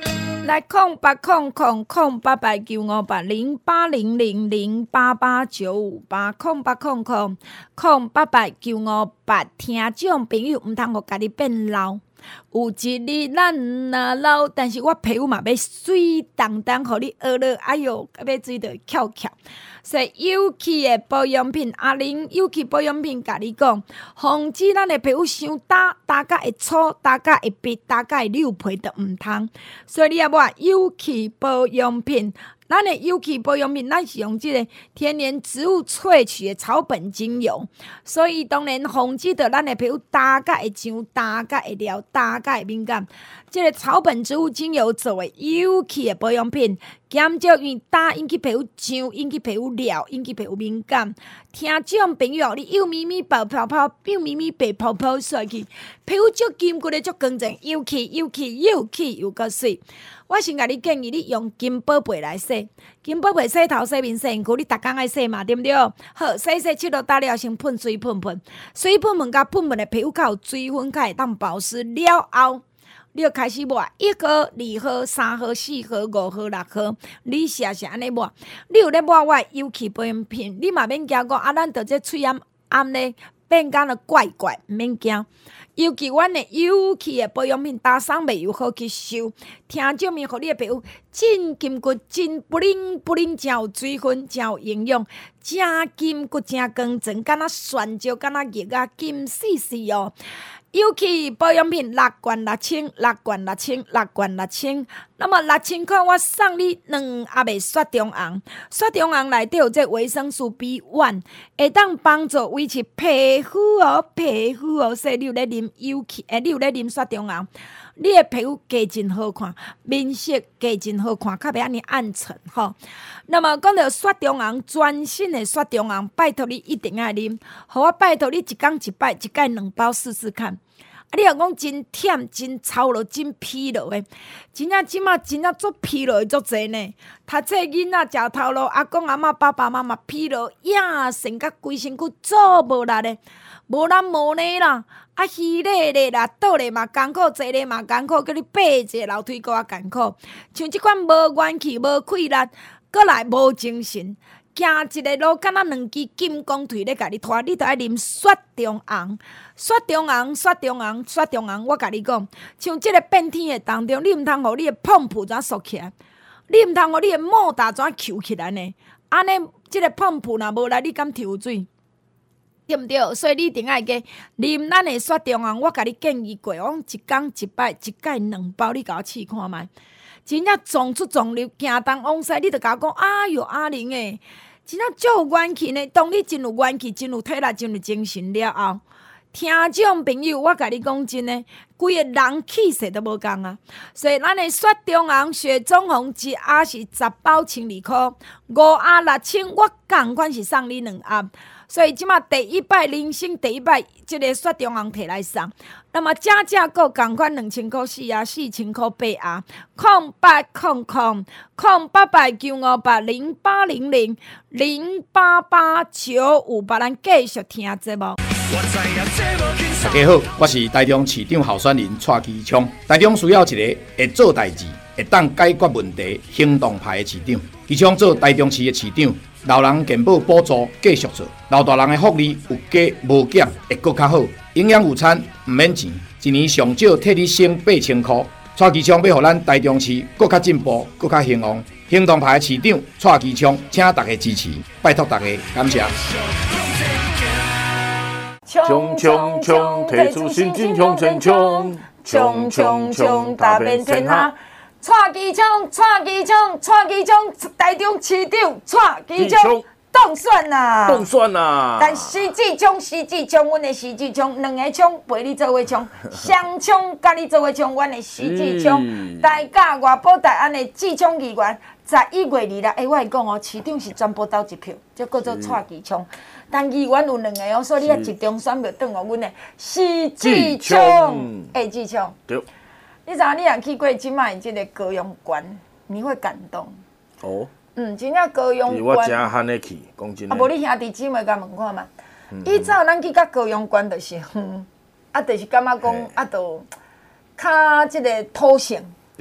来空八空空空八八九五八零八零零零八八九五八空八空空空八八九五八，听众朋友毋通互家己变老。有一日咱若老，但是我皮肤嘛要水当当，互你学了，哎哟，要水就翘翘。所以有气的保养品，阿玲有气保养品，甲你讲，防止咱的皮肤伤干，干甲会粗，干甲会闭，干甲会溜皮，都毋通。所以你也买有气保养品。咱的有气保养品，咱是用这个天然植物萃取的草本精油，所以当然防止到咱的皮肤干甲会痒、干甲会撩、干甲会敏感。这个草本植物精油作为有气的保养品，减少因干引起皮肤痒、引起皮肤撩、引起皮肤敏感。听众朋友，你幼咪咪、白泡泡、幼咪咪、白泡泡帅气，皮肤足金骨的足光净，有气有气有气又够水。我先甲你建议你用金宝贝来洗，金宝贝洗头、洗面、洗身躯，你逐工爱洗嘛，对不对？好，洗洗七落打了，先喷水喷喷，水喷喷甲喷喷的皮肤较有水分，较会当保湿了后。你就开始抹一号、二号、三号、四号、五号、六号，你写写安尼抹。你有咧抹我有气保养品，你嘛免惊讲啊，咱着这喙暗暗咧变甲了怪怪，毋免惊。尤其阮的有气的保养品，打送袂又好吸收，听证明，互你的皮肤真金骨、真不灵不灵，真有水分，真有营养，真金骨、真光净，敢若酸椒，敢若热啊，金丝丝哦。有气保养品六罐六千，六罐六千，六罐六千。那么六千块，我送你两盒的雪中红。雪中红内底有这维生素 B 一，会当帮助维持皮肤哦，皮肤哦。所以你有咧啉有气，诶，你有咧啉雪中红，你的皮肤加真好看，面色加真好看，较袂安尼暗沉吼。那么讲到雪中红，全新的雪中红，拜托你一定要啉，互我拜托你一工一摆，一盖两包试试看。啊！你若讲真忝、真操劳、真疲劳的，真正即马真正足疲劳的足济呢。读册囡仔食头路，阿公阿嬷、爸爸妈妈疲劳，呀，身甲规身躯做无力的，无力无力啦，啊，虚累累啦，倒咧嘛艰苦，坐咧嘛艰苦，叫你爬一个楼梯搁较艰苦。像即款无元气、无气力，搁来无精神。行一个路，敢若两支金刚腿咧，甲你拖，你着爱啉雪中红、雪中红、雪中红、雪中红。我甲你讲，像即个变天的当中，你毋通互你的碰扑怎缩起来，你毋通互你的莫大怎扣起来呢？安尼，即个碰扑若无来，你敢抽水？对毋对？所以你一定爱加啉咱的雪中红。我甲你建议过，我讲一工一摆，一盖两包，你甲我试看觅。真正撞出撞入，行东往西，你着甲我讲，哎哟，阿玲诶，真正足有元气呢。当你真有元气、真有体力、真有精神了后，听众朋友，我甲你讲真诶，规个人气势都无共啊。所以咱的雪中红、雪中红一盒是十包千二箍，五盒六千，我共款是送你两盒。所以即马第一摆人生第一摆，即个雪中红摕来送。那么正正个共款两千箍四啊，四千箍八啊，空八空空空八八九五八零八零零零八八九五八，咱继续听节目。 大家好，我是台中市长候选人蔡其昌。台中需要一个会做代志、会当解决问题、行动派的市长。其昌做台中市的市长，老人健保补助继续做，老大人的福利有加无减，会搁较好。营养午餐唔免钱，一年上少替你省八千块。蔡其昌要互咱台中市搁较进步、搁较兴旺。行动派的市长蔡其昌，请大家支持，拜托大家，感谢。 冲冲冲，提出新军冲冲冲，冲冲冲，打遍天下。 蔡其昌，蔡其昌，蔡其昌，台中市长蔡其昌当选啦！ 当选啦！ 但徐志昌，徐志昌，阮的徐志昌，两个枪陪你做伙枪，双枪甲你做伙枪，阮的徐志昌，大家外保大安的志昌议员，十一月二日，哎，我讲哦，市长是全部投一票，这叫做蔡其昌。但议员有两个哦，所以你要集中选票转互阮的徐志昌，哎，志昌。对。你知影你若去过即摆即个高雄关，你会感动。哦。嗯，真正高雄关。 我真罕咧去，讲真。 啊，无你兄弟姊妹甲问看嘛。以早咱去到高雄关，就是远，啊，就是感觉讲啊，就较即个土性。对。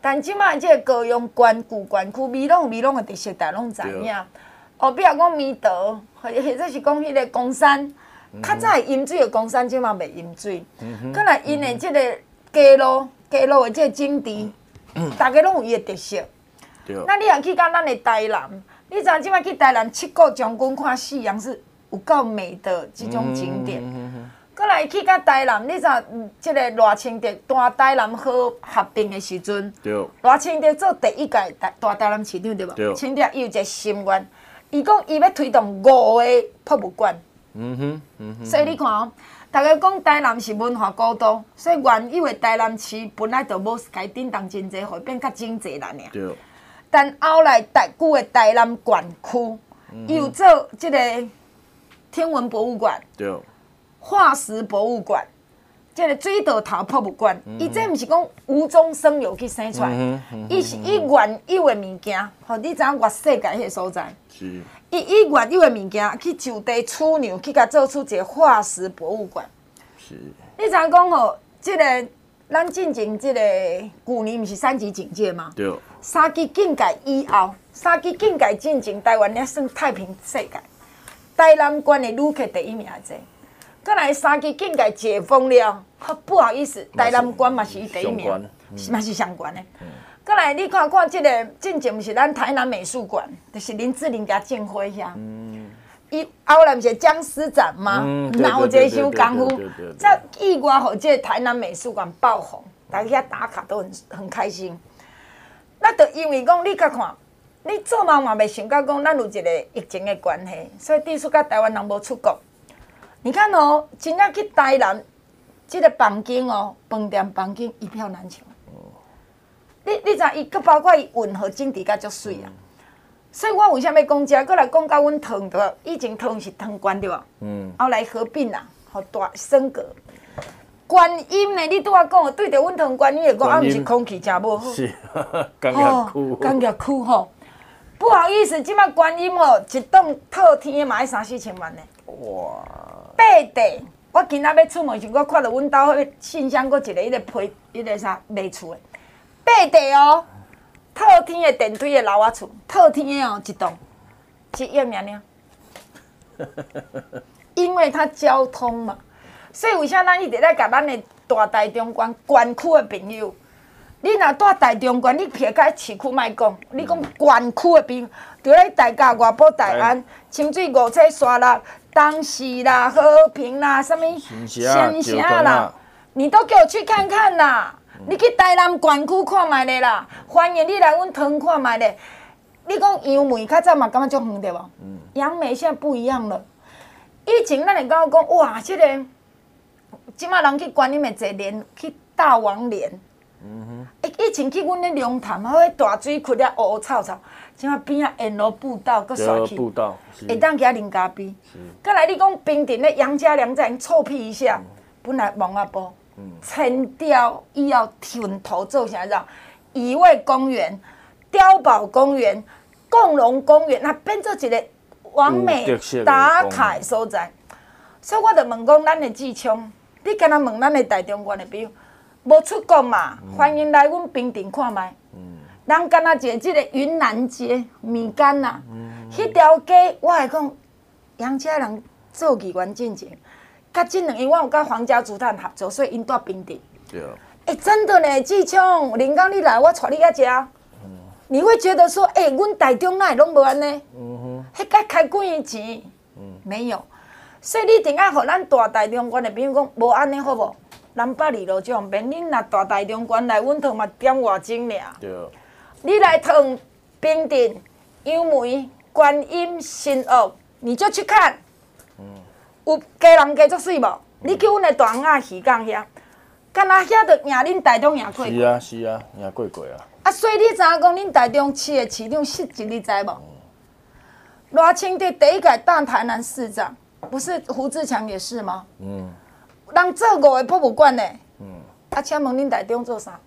但即摆即个高雄关古关区美浓美浓的特色，大家拢知影。后壁讲弥陀，或或者是讲迄个公山，较早会饮水的公山，即嘛袂饮水。搁来因的即个街路，街路的即个景致，大家拢有伊的特色。那你若去到咱的台南，你知影即摆去台南七国将军看夕阳是有够美的即种景点。过来去到台南，你知影即个赖清德大台南好合并的时阵，赖清德做第一届大大台南市长对无？清德伊有一个心愿，伊讲伊要推动五个博物馆。嗯哼，嗯哼。所以你看哦，大家讲台南是文化古都，所以原以为台南市本来就无该震动真济，会变较整济啦尔。对。但后来台旧的台南县区，伊有做即个天文博物馆。对。化石博物馆，即个水道头博物馆，伊这毋是讲无中生有去生出来，伊是以原有的物件，吼，你知影外世界迄个所在，伊以原有的物件去就地取样，去甲做出一个化石博物馆。是，你知影讲吼，即个咱进前即个旧年毋是三级警戒嘛？对。三级警戒以后，三级警戒进前，台湾也算太平世界，台南县的旅客第一名侪。过来三级警戒解封了，不好意思，台南县嘛是伊第一名，嘛是上悬的。过来你看看即个进前，毋是咱台南美术馆，就是林志玲甲建辉遐。伊后来毋是僵尸展吗？然后有一个小功夫，这意外互即个台南美术馆爆红，大家遐打卡都很很开心。那就因为讲你甲看，你做梦嘛袂想到讲咱有一个疫情的关系，所以致使甲台湾人无出国。你看哦，真正去台南，这个房间哦，饭店房间一票难求。你你知伊，佮包括伊运河景致甲足水啊。所以我为啥要讲遮？佮来讲到阮汤对，以前汤是汤馆对无？嗯。后来合并啦，互大升格。观音呢？你拄仔讲，对着阮汤观音会讲，啊，毋是空气真无好。是， 工业区。 工业区吼，不好意思，即摆观音哦，一栋套天的嘛要三四千万呢。哇！八地，我今仔要出门时，我看到阮兜迄个信箱，搁一个迄个批，迄个啥卖厝的八地哦，套天的电梯的楼仔厝，套天的哦一栋，一亿尔尔。因为它交通嘛，所以为啥咱一直在甲咱的大台中县县区的朋友，你若住台中县，你撇开市区莫讲，你讲县区的朋友，就咧大甲、外埔、大安、清水、五彩、沙拉。当时啦，和平啦，什么乡下啦，你都给我去看看啦！你去台南县区看卖咧啦，欢迎你来阮汤看卖咧。你讲杨梅较早嘛，感觉足远对无？杨梅现在不一样了。以前咱会讲讲哇，这个即马人去观音的坐莲，去大王莲。嗯哼。以前去阮咧龙潭啊，迄大水窟了乌乌草草。即马边啊沿路步道，佮刷去，会当去遐啉咖啡。再来，你讲平顶咧杨家良在臭屁一下，本来蒙阿波，清雕伊要ถิ่头做啥子？乙未公园、碉堡公园、共荣公园，那变做一个完美打卡的所在。所以我就问讲，咱的志聪，你敢若问咱的台中县的朋友，无出国嘛？欢迎来阮平顶看卖。咱敢若一个即个云南街米干呐，迄条街我会讲，杨家人做议员进前，甲即两个我有甲皇家竹炭合作，所以因住平地。对啊。哎，真的呢，志聪，林刚你来，我带你遐食。嗯。你会觉得说，哎，阮台中哪会拢无安尼？嗯哼。迄该开几年钱？嗯。没有。所以你一定要互咱大台中县的朋友讲，无安尼好无？南北二路这方便，恁若大台中县来阮汤嘛点外钟尔。对。你来汤平顶、杨梅、观音、新屋，你就去看。嗯。有家人家足水无？你去阮的大雅鱼港遐，敢若遐着赢恁台中赢过过。 是啊是啊，赢过过啊。 啊，所以你知影讲恁台中市的市长实质你知无？赖清德第一届当台南市长，不是胡志强也是吗？嗯。人做五个博物馆呢。嗯。啊，请问恁台中做啥？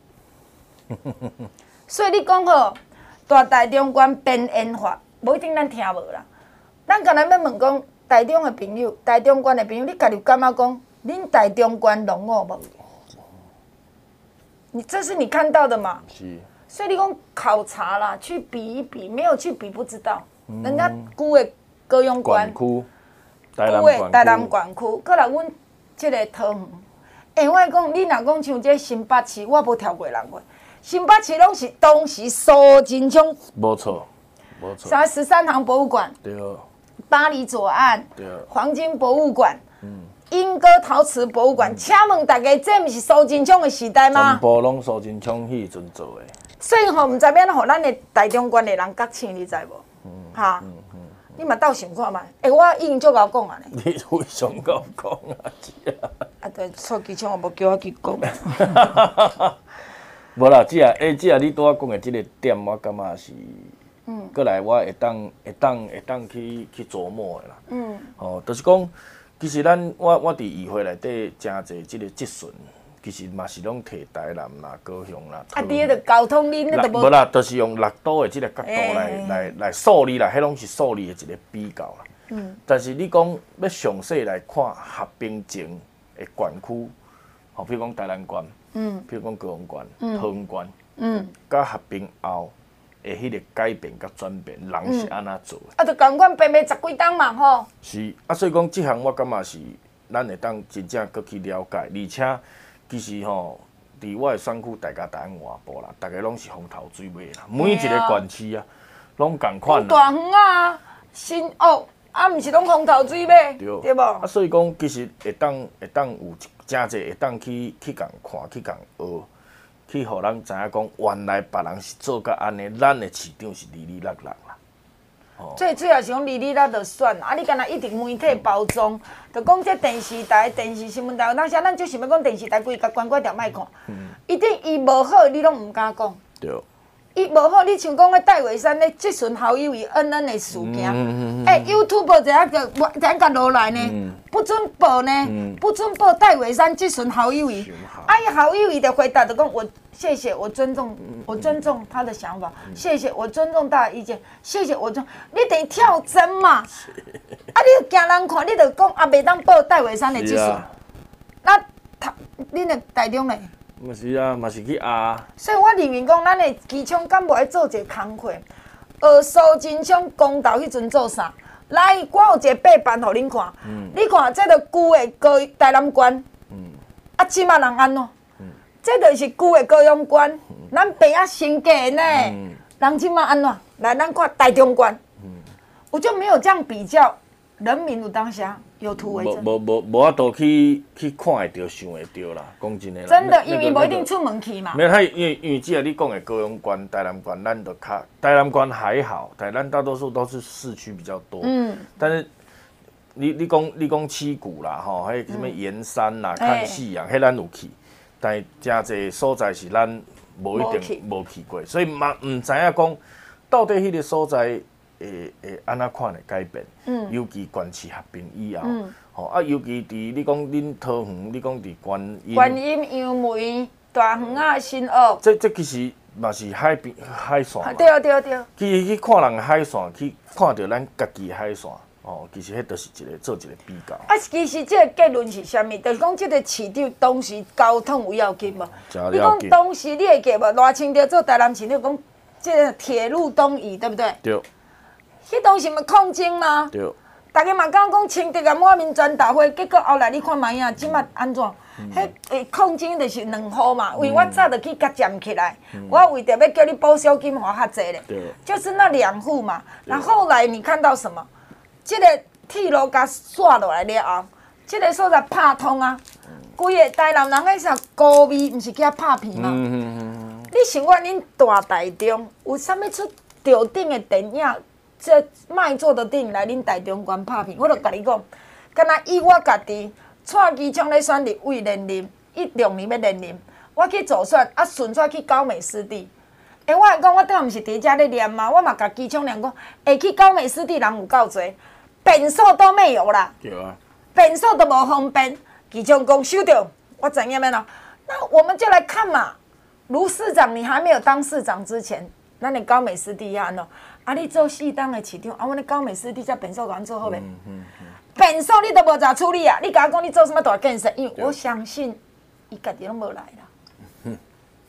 所以你讲吼，大台中县变演化，无一定咱听无啦。咱干那要问讲，台中的朋友、台中县的朋友，你家己感觉讲，恁台中县拢我无？你这是你看到的嘛？是。 所以你讲考察啦，去比一比，没有去比不知道。嗯、人家旧的高雄县、 区、 旧的台南县区，搁来阮即个桃园。哎，我讲，你若讲像这新北市，我无跳过人过。新北市拢是当时苏金昌。 无错，无错。 啥十三行博物馆？ 对。 巴黎左岸。 对。 黄金博物馆。 嗯。 莺歌陶瓷博物馆，嗯、请问大家，这毋是苏金昌的时代吗？ 全部拢苏金昌迄阵做的。 所以吼，毋知免互咱的台中县的人觉醒，你知无？嗯。哈。嗯嗯。你嘛斗想看觅？哎，我已经足够讲啊咧。 你非常够讲啊，姐啊。 啊，对，苏金昌也无叫我去讲。 无啦，姐啊，哎，姐啊，你拄仔讲的即个点，我感觉是，嗯，过来我会当会当会当去去琢磨的啦。嗯。哦，就是讲，其实咱我我伫议会内底真侪即个质询，其实嘛是拢摕台南啦、高雄啦。 啊，伫迄个交通恁那都无。 无啦，就是用六都的即个角度来来来数理啦，迄拢是数理的一个比较啦。嗯。但是你讲要详细来看合并前的县区，吼，比如讲台南县。嗯，譬如讲高雄县、桃园县，嗯，甲合并后的迄个改变甲转变，人是安怎做的？ 啊，就共款变变十几档嘛吼。 是啊，所以讲即项我感觉是咱会当真正搁去了解，而且其实吼，伫我的选区大家台湾外部啦，大家拢是风头水尾啦，每一个县市啊，拢共款啦。 大园啊，新屋啊，毋是拢风头水尾，对无？ 啊，所以讲其实会当会当有。真侪会当去去共看，去共学，去互咱知影讲，原来别人是做甲安尼，咱的市长是哩哩落落啦。 哦，最主要是讲哩哩落就算，啊，你干那一直媒体包装，就讲这电视台、电视新闻台，有当时咱就想要讲电视台规甲关关掉莫看，一定伊无好，你拢毋敢讲。 对。 伊无好，你像讲个戴伟山咧，即阵好友伊恩恩的事件，哎 ，YouTube 一下个，一下甲落来呢，不准报呢，不准报戴伟山即阵好友伊，啊，伊好友伊就回答就讲我谢谢，我尊重，我尊重他的想法，谢谢，我尊重他的意见，谢谢，我尊，你得跳针嘛，啊，你惊人看，你就讲啊，袂当报戴伟山的即阵，那他，恁的台中咧？ 嘛是啊，嘛是去压。 所以我认为讲，咱的机场敢无爱做一个工课，学苏金昌公道迄阵做啥？来，我有一个白板互恁看，嗯、你看这个旧的高台南县，嗯、啊，即马人安怎？嗯、这就是旧的高雄县，嗯、咱平啊新价呢，嗯、人即马安怎？来，咱看台中县，嗯、我就没有这样比较，人民有当下。有图为证， 无无无无法度去去看会着、想会着啦。讲真诶啦， 真的，因为无一定出门去嘛。 没有，他因为因为只要你讲的高雄县、台南县，咱都较台南县还好，台南大多数都是市区比较多。嗯。但是你你讲你讲七股啦，吼，还有什么盐山啦、看夕阳，迄咱有去，但是真侪所在是咱无一定无去过，所以嘛唔知影讲到底迄个所在。会会安怎款的改变？嗯，尤其县市合并以后，嗯，吼啊，尤其伫你讲恁桃园，你讲伫观音、 观音、杨梅、大园啊、新屋， 这这其实嘛是海边海线嘛。 对对对。 去去看人的海线，去看到咱家己的海线，哦，其实迄都是一个做一个比较。 啊，其实这个结论是啥物？就是讲这个市长当时交通有要紧无？你讲当时你会记无？赖清德做台南市长讲，这个铁路东移，对不对？ 对。 迄当时咪抗争吗？ 对。 大家嘛讲讲清德啊满面全大花，结果后来你看卖影，即马安怎？迄诶抗争就是两户嘛，为我早就去甲占起来，我为着要叫你补偿金花较济咧，就是那两户嘛。然后后来你看到什么？即个铁路甲刷落来了后，即个所在拍通啊，规个台南人迄啥高味，毋是叫拍片吗？你想看恁大台中有啥物出吊顶的电影？这卖座的电影来恁台中县拍片，我就甲你讲，敢若以我家己蔡其昌咧选立委连任，一六年要连任，我去助选，啊顺续去高美湿地。诶，我会讲，我当毋是伫遮咧念嘛，我嘛甲其昌念讲，会去高美湿地人有够侪，便所都没有啦。 对啊。 便所都无方便，其昌讲收着，我知影咩咯？那我们就来看嘛，卢市长，你还没有当市长之前，咱的高美湿地安怎？啊！你做四档的市长，啊，阮咧高美湿地才便所甲阮做好未？嗯嗯嗯、便所你都无咋处理啊！你甲我讲你做什么大建设？因为我相信伊家己拢无来啦。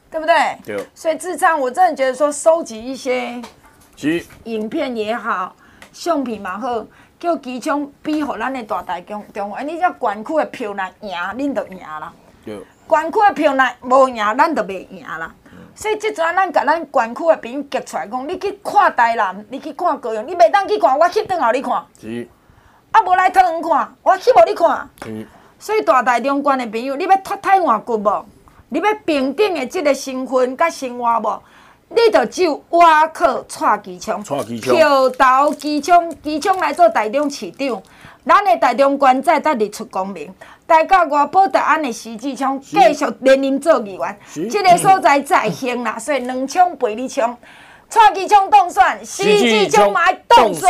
对不对？ 对。 所以智昌，我真的觉得说，收集一些是影片也好，相片嘛好，叫机枪比互咱的大台中中华，你只管区的票来赢，恁就赢啦。 对。 管区的票来无赢，咱就袂赢啦。所以即阵咱甲咱管区的朋友夹出来讲，你去看台南，你去看高雄，你袂当去看，我去转后你看。 是。 啊，无来桃园看，我去无你看。 是。 所以大台中县的朋友，你要脱胎换骨无？你要平等的即个身份甲生活无？你着只有挖靠蔡其昌，票投其昌，其昌来做台中市长。咱的台中县再得日出光明。大甲外保台安的徐志昌继续连任做议员，这个所在再兴啦，所以两枪陪你枪，蔡其昌当选，徐志昌嘛当选。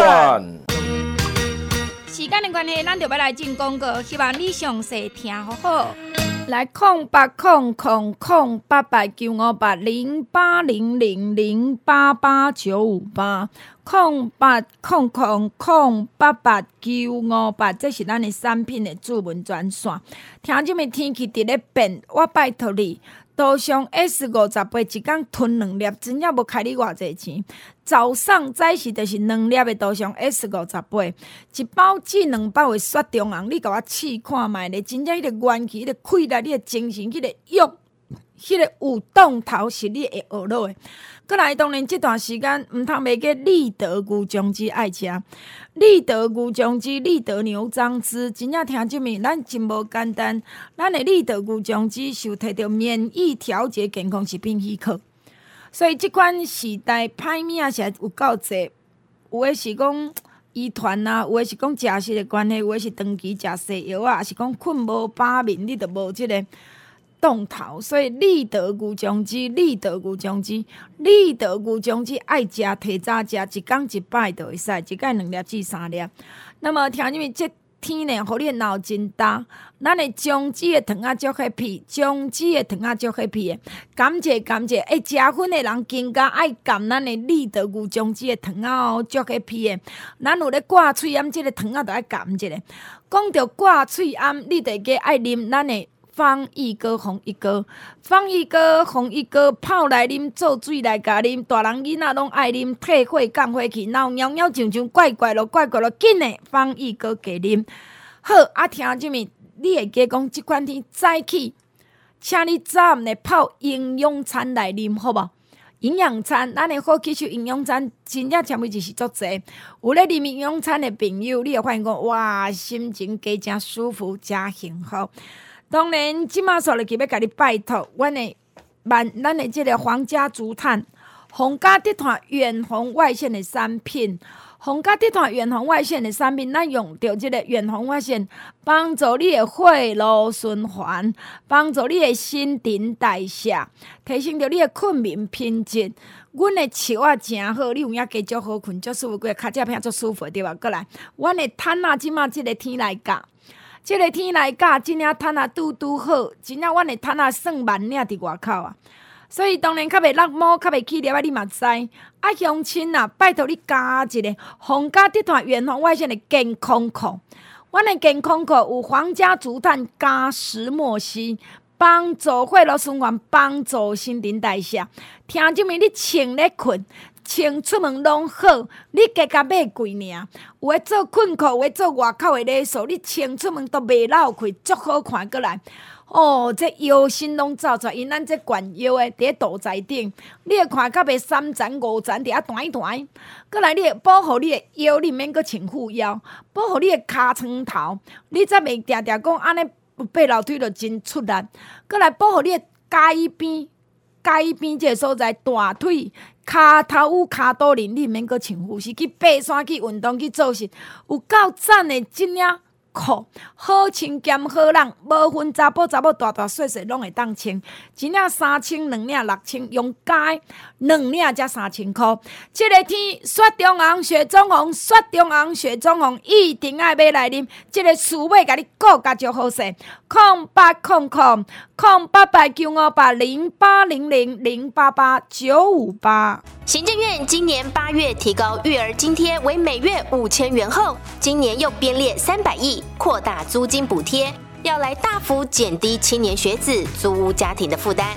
时间的关系，咱就要来进广告，希望你详细听好好。来空八空空空八八九五八零八零零零八八九五八空八空空空八八九五八，这是咱的产品的主文专线。听这么天气伫咧变，我拜托你，多上 S 五十八一天吞两粒，真正无开你偌济钱。早上早时就是两粒的多上 S 五十八，一包至两包的雪中红，你甲我试看卖咧，真正迄个元气、迄个气力、你的精神、迄个欲、迄个有动头是你会学落的。过来，当然这段时间毋通袂记立德牛姜汁爱食，立德牛姜汁、立德牛樟汁，真正听即面，咱真无简单。咱的立德牛姜汁受摕到免疫调节健康食品许可。所以即款时代歹物啊，是有够济，有诶是讲遗传啊，有诶是讲食食的关系，有诶是长期食西药啊，也是讲困无饱眠，你就无即个动头。所以立德牛姜汁，立德牛姜汁，立德牛姜汁爱食，提早食，一天一摆就会使，一摆两粒至三粒。那么听你们这天呢，互你的脑真大，咱的姜汁的糖仔足 happy， 姜汁的糖仔足 happy 的，感谢感谢，诶，食薰的人更加爱含咱的立德牛姜汁的糖仔哦，足 happy 的。咱有咧挂喙炎，即个糖仔就爱含一下。讲到挂喙炎，你得加爱啉咱的方益哥、红益哥、方益哥、红益哥泡来啉，做水来甲啉，大人囡仔拢爱啉，退火降火气，然后喵喵上上怪怪咯怪怪咯，紧的方益哥加啉。好，啊听即面，你会记讲即款天早起，请你早暗来泡营养餐来啉，好无？营养餐，咱的好吸收营养餐，真正纤维质是足济。有咧啉营养餐的朋友，你会发现讲，哇，心情加真舒服，真幸福。当然，即马说落去要甲你拜托，阮的万咱的即个皇家竹炭、皇家集团远红外线的产品，皇家集团远红外线的产品，咱用着即个远红外线，帮助你的血路循环，帮助你的新陈代谢，提升着你的睡眠品质。阮的笑啊真好，你有影加足好困，足舒服，个脚趾片足舒服，对吧？过来，阮的毯啊，即马即个天来教。即个天来教，真正毯啊拄拄好，真正阮的毯啊算万领伫外口啊，所以当然较袂落毛，较袂起粒啊，你嘛知。啊，乡亲啊，拜托你加一个皇家集团远红外线的健康裤，阮的健康裤有皇家竹炭加石墨烯，帮助血路循环，帮助新陈代谢。听即面你穿咧困。穿出门拢好，你加甲买贵尔。有诶做困裤，有诶做外口诶礼服，你穿出门都袂落开，足好看过来。哦，这腰身拢走出来，因咱这悬腰诶，伫咧肚脐顶，你会看较袂三层五层，伫遐弹弹。过来，你会保护你诶腰，你免阁穿护腰，保护你诶骹床头，你才袂定定讲安尼爬楼梯就真出力。过来保护你诶街边，街边这个所在大腿。骹头有骹肚仁，你免阁穿护士，去爬山去运动去做事，有够赞的这领裤，好穿兼好人，无分查甫查某大大细细拢会当穿。一领三千，两领六千，用加两领才三千块。这个天雪中红、雪中红、雪中红、雪中红，一定爱买来啉。这个厝尾甲你顾甲足好势，空八空空空八八九五八零八零零零八八九五八。 行政院今年八月提高育儿津贴为每月五千元后，今年又编列三百亿扩大租金补贴，要来大幅减低青年学子租屋家庭的负担。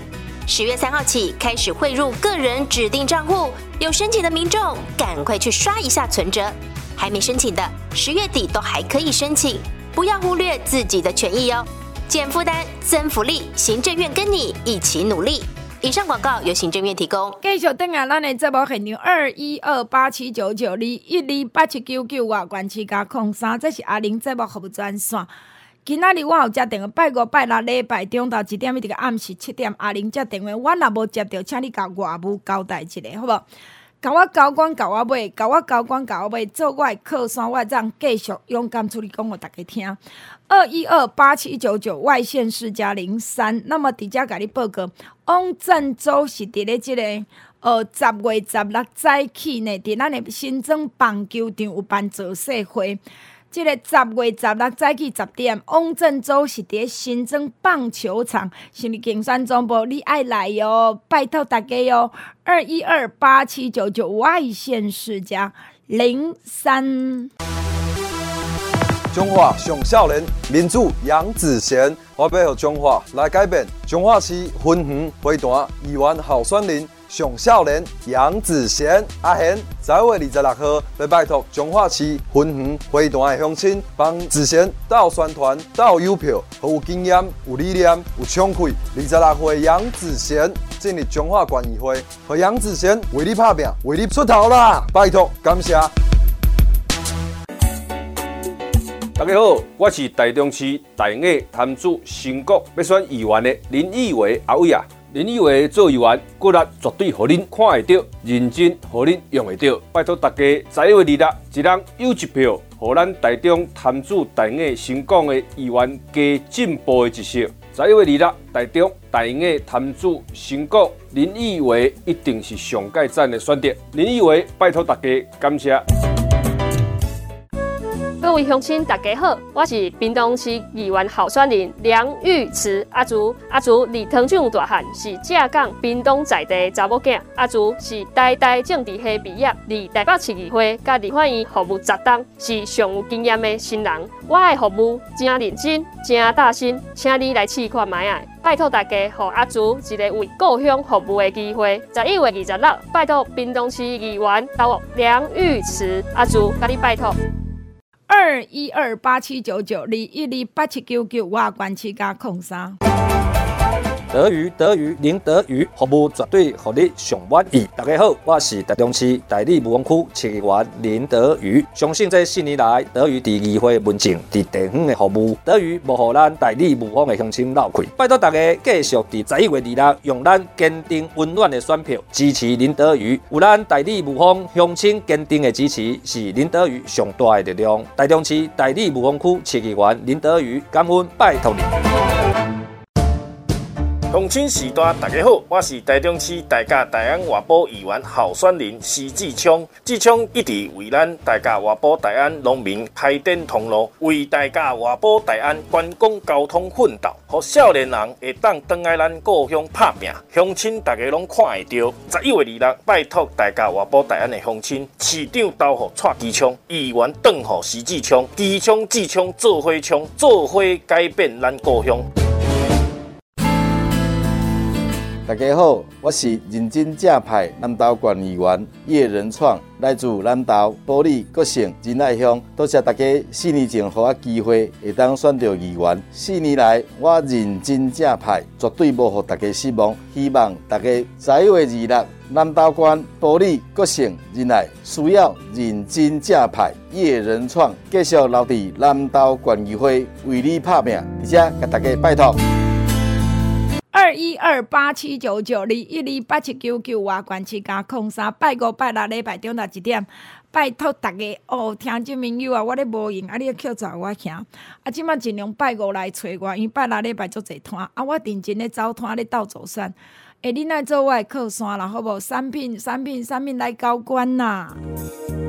十月三号起开始汇入个人指定账户，有申请的民众赶快去刷一下存折，还没申请的十月底都还可以申请，不要忽略自己的权益哦。减负担增福利，行政院跟你一起努力。以上广告由行政院提供。 继续等下咱的节目现场二一二八七九九二一二八七九九外关市加空三，这是阿玲节目服务专线。今仔日我有接电话，拜五拜六礼拜中昼一点一直到暗时七点，阿玲接电话，我若无接到，请你甲外务交代一下，好无？甲我交管，甲我买，甲我交管，甲我买，做我的靠山，我会让继续勇敢出力讲互大家听。二一二八七九九外线四加零三，那么伫遮甲你报告，汪振洲是伫咧即个呃十月十六早起呢，伫咱的新庄棒球场有办造势会。即个十月十六早起十点，汪振洲是伫新庄棒球场，是你竞选总部，你爱来哟，拜托大家哟。二一二八七九九外线四加零三。 中华上少年民主杨子贤，我要予中华来改变。中华市分园花坛议员候选人上少年杨子贤阿贤，十一月二十六号要拜托中华市分园花坛的乡亲，帮子贤斗宣传、斗邮票，和有经验、有理念、有冲气。二十六岁杨子贤进入中华县议会，和杨子贤为你拍拼，为你出头啦！拜托，感谢。 大家好，我是台中市大雅潭子新国要选议员的林义伟阿伟啊。林义伟做议员，骨力绝对互恁看会到，认真互恁用会到。拜托大家十一月二日，一人有一票，互咱台中潭子大雅新港的议员加进步的一色。十一月二日，台中大雅潭子新港林义伟一定是上界赞的选择。林义伟，拜托大家，感谢。 各位乡亲，大家好，我是屏东市议员候选人梁玉慈阿竹。阿竹离糖厂大汉，是正港屏东在地查某囝。阿竹是代代政治系毕业，离台北市议会甲立法院服务十档，是上有经验的新人。我的服务真认真，真大心，请你来试看卖啊！拜托大家，给阿竹一个为故乡服务的机会。十一月二十六，拜托屏东市议员投梁玉慈阿竹，甲你拜托。 二一二八七九九二一二八七九九外关市加空三。 德语德语林德语服务绝对互你上满意。大家好，我是台中市大理武王区市议员林德语。相信这四年来，德语伫议会文政、伫地方的服务，德语无互咱大理武王的乡亲漏气。拜托大家继续伫十一月二日，用咱坚定温暖的选票支持林德语。有咱大理武王乡亲坚定的支持，是林德语上大的力量。台中市大理武王区市议员林德语，感恩拜托你。 乡亲时代，大家好，我是台中市大甲大安外埔议员候选人施志昌。志昌一直为咱大甲外埔大安农民开展通路，为大甲外埔大安观光交通奋斗，互少年人会当回来咱故乡拍拼。乡亲大家拢看会到，十一月二日，拜托大甲外埔大安的乡亲，市长投互蔡其昌，议员转互施志昌，其昌志昌做伙冲，做伙改变咱故乡。 大家好，我是认真正派南投县议员叶仁创，来自南投埔里国姓仁爱乡。多谢大家四年前给我机会，会当选到议员。四年来，我认真正派，绝对无让大家失望。希望大家十一月二日，南投县埔里国姓仁爱需要认真正派叶仁创继续留伫南投县议会为你拍拼，而且甲大家拜托。 二一二八七九九二一二八七九九外关市加空三，拜五拜六礼拜中昼一点，拜托大家哦，听众朋友啊，我咧无闲，啊，你扣载我行，啊，即马尽量拜五来找我，因为拜六礼拜足侪摊，啊，我认真咧走摊咧斗走选，诶，你来做我的靠山啦，好无？产品产品产品来交关啦！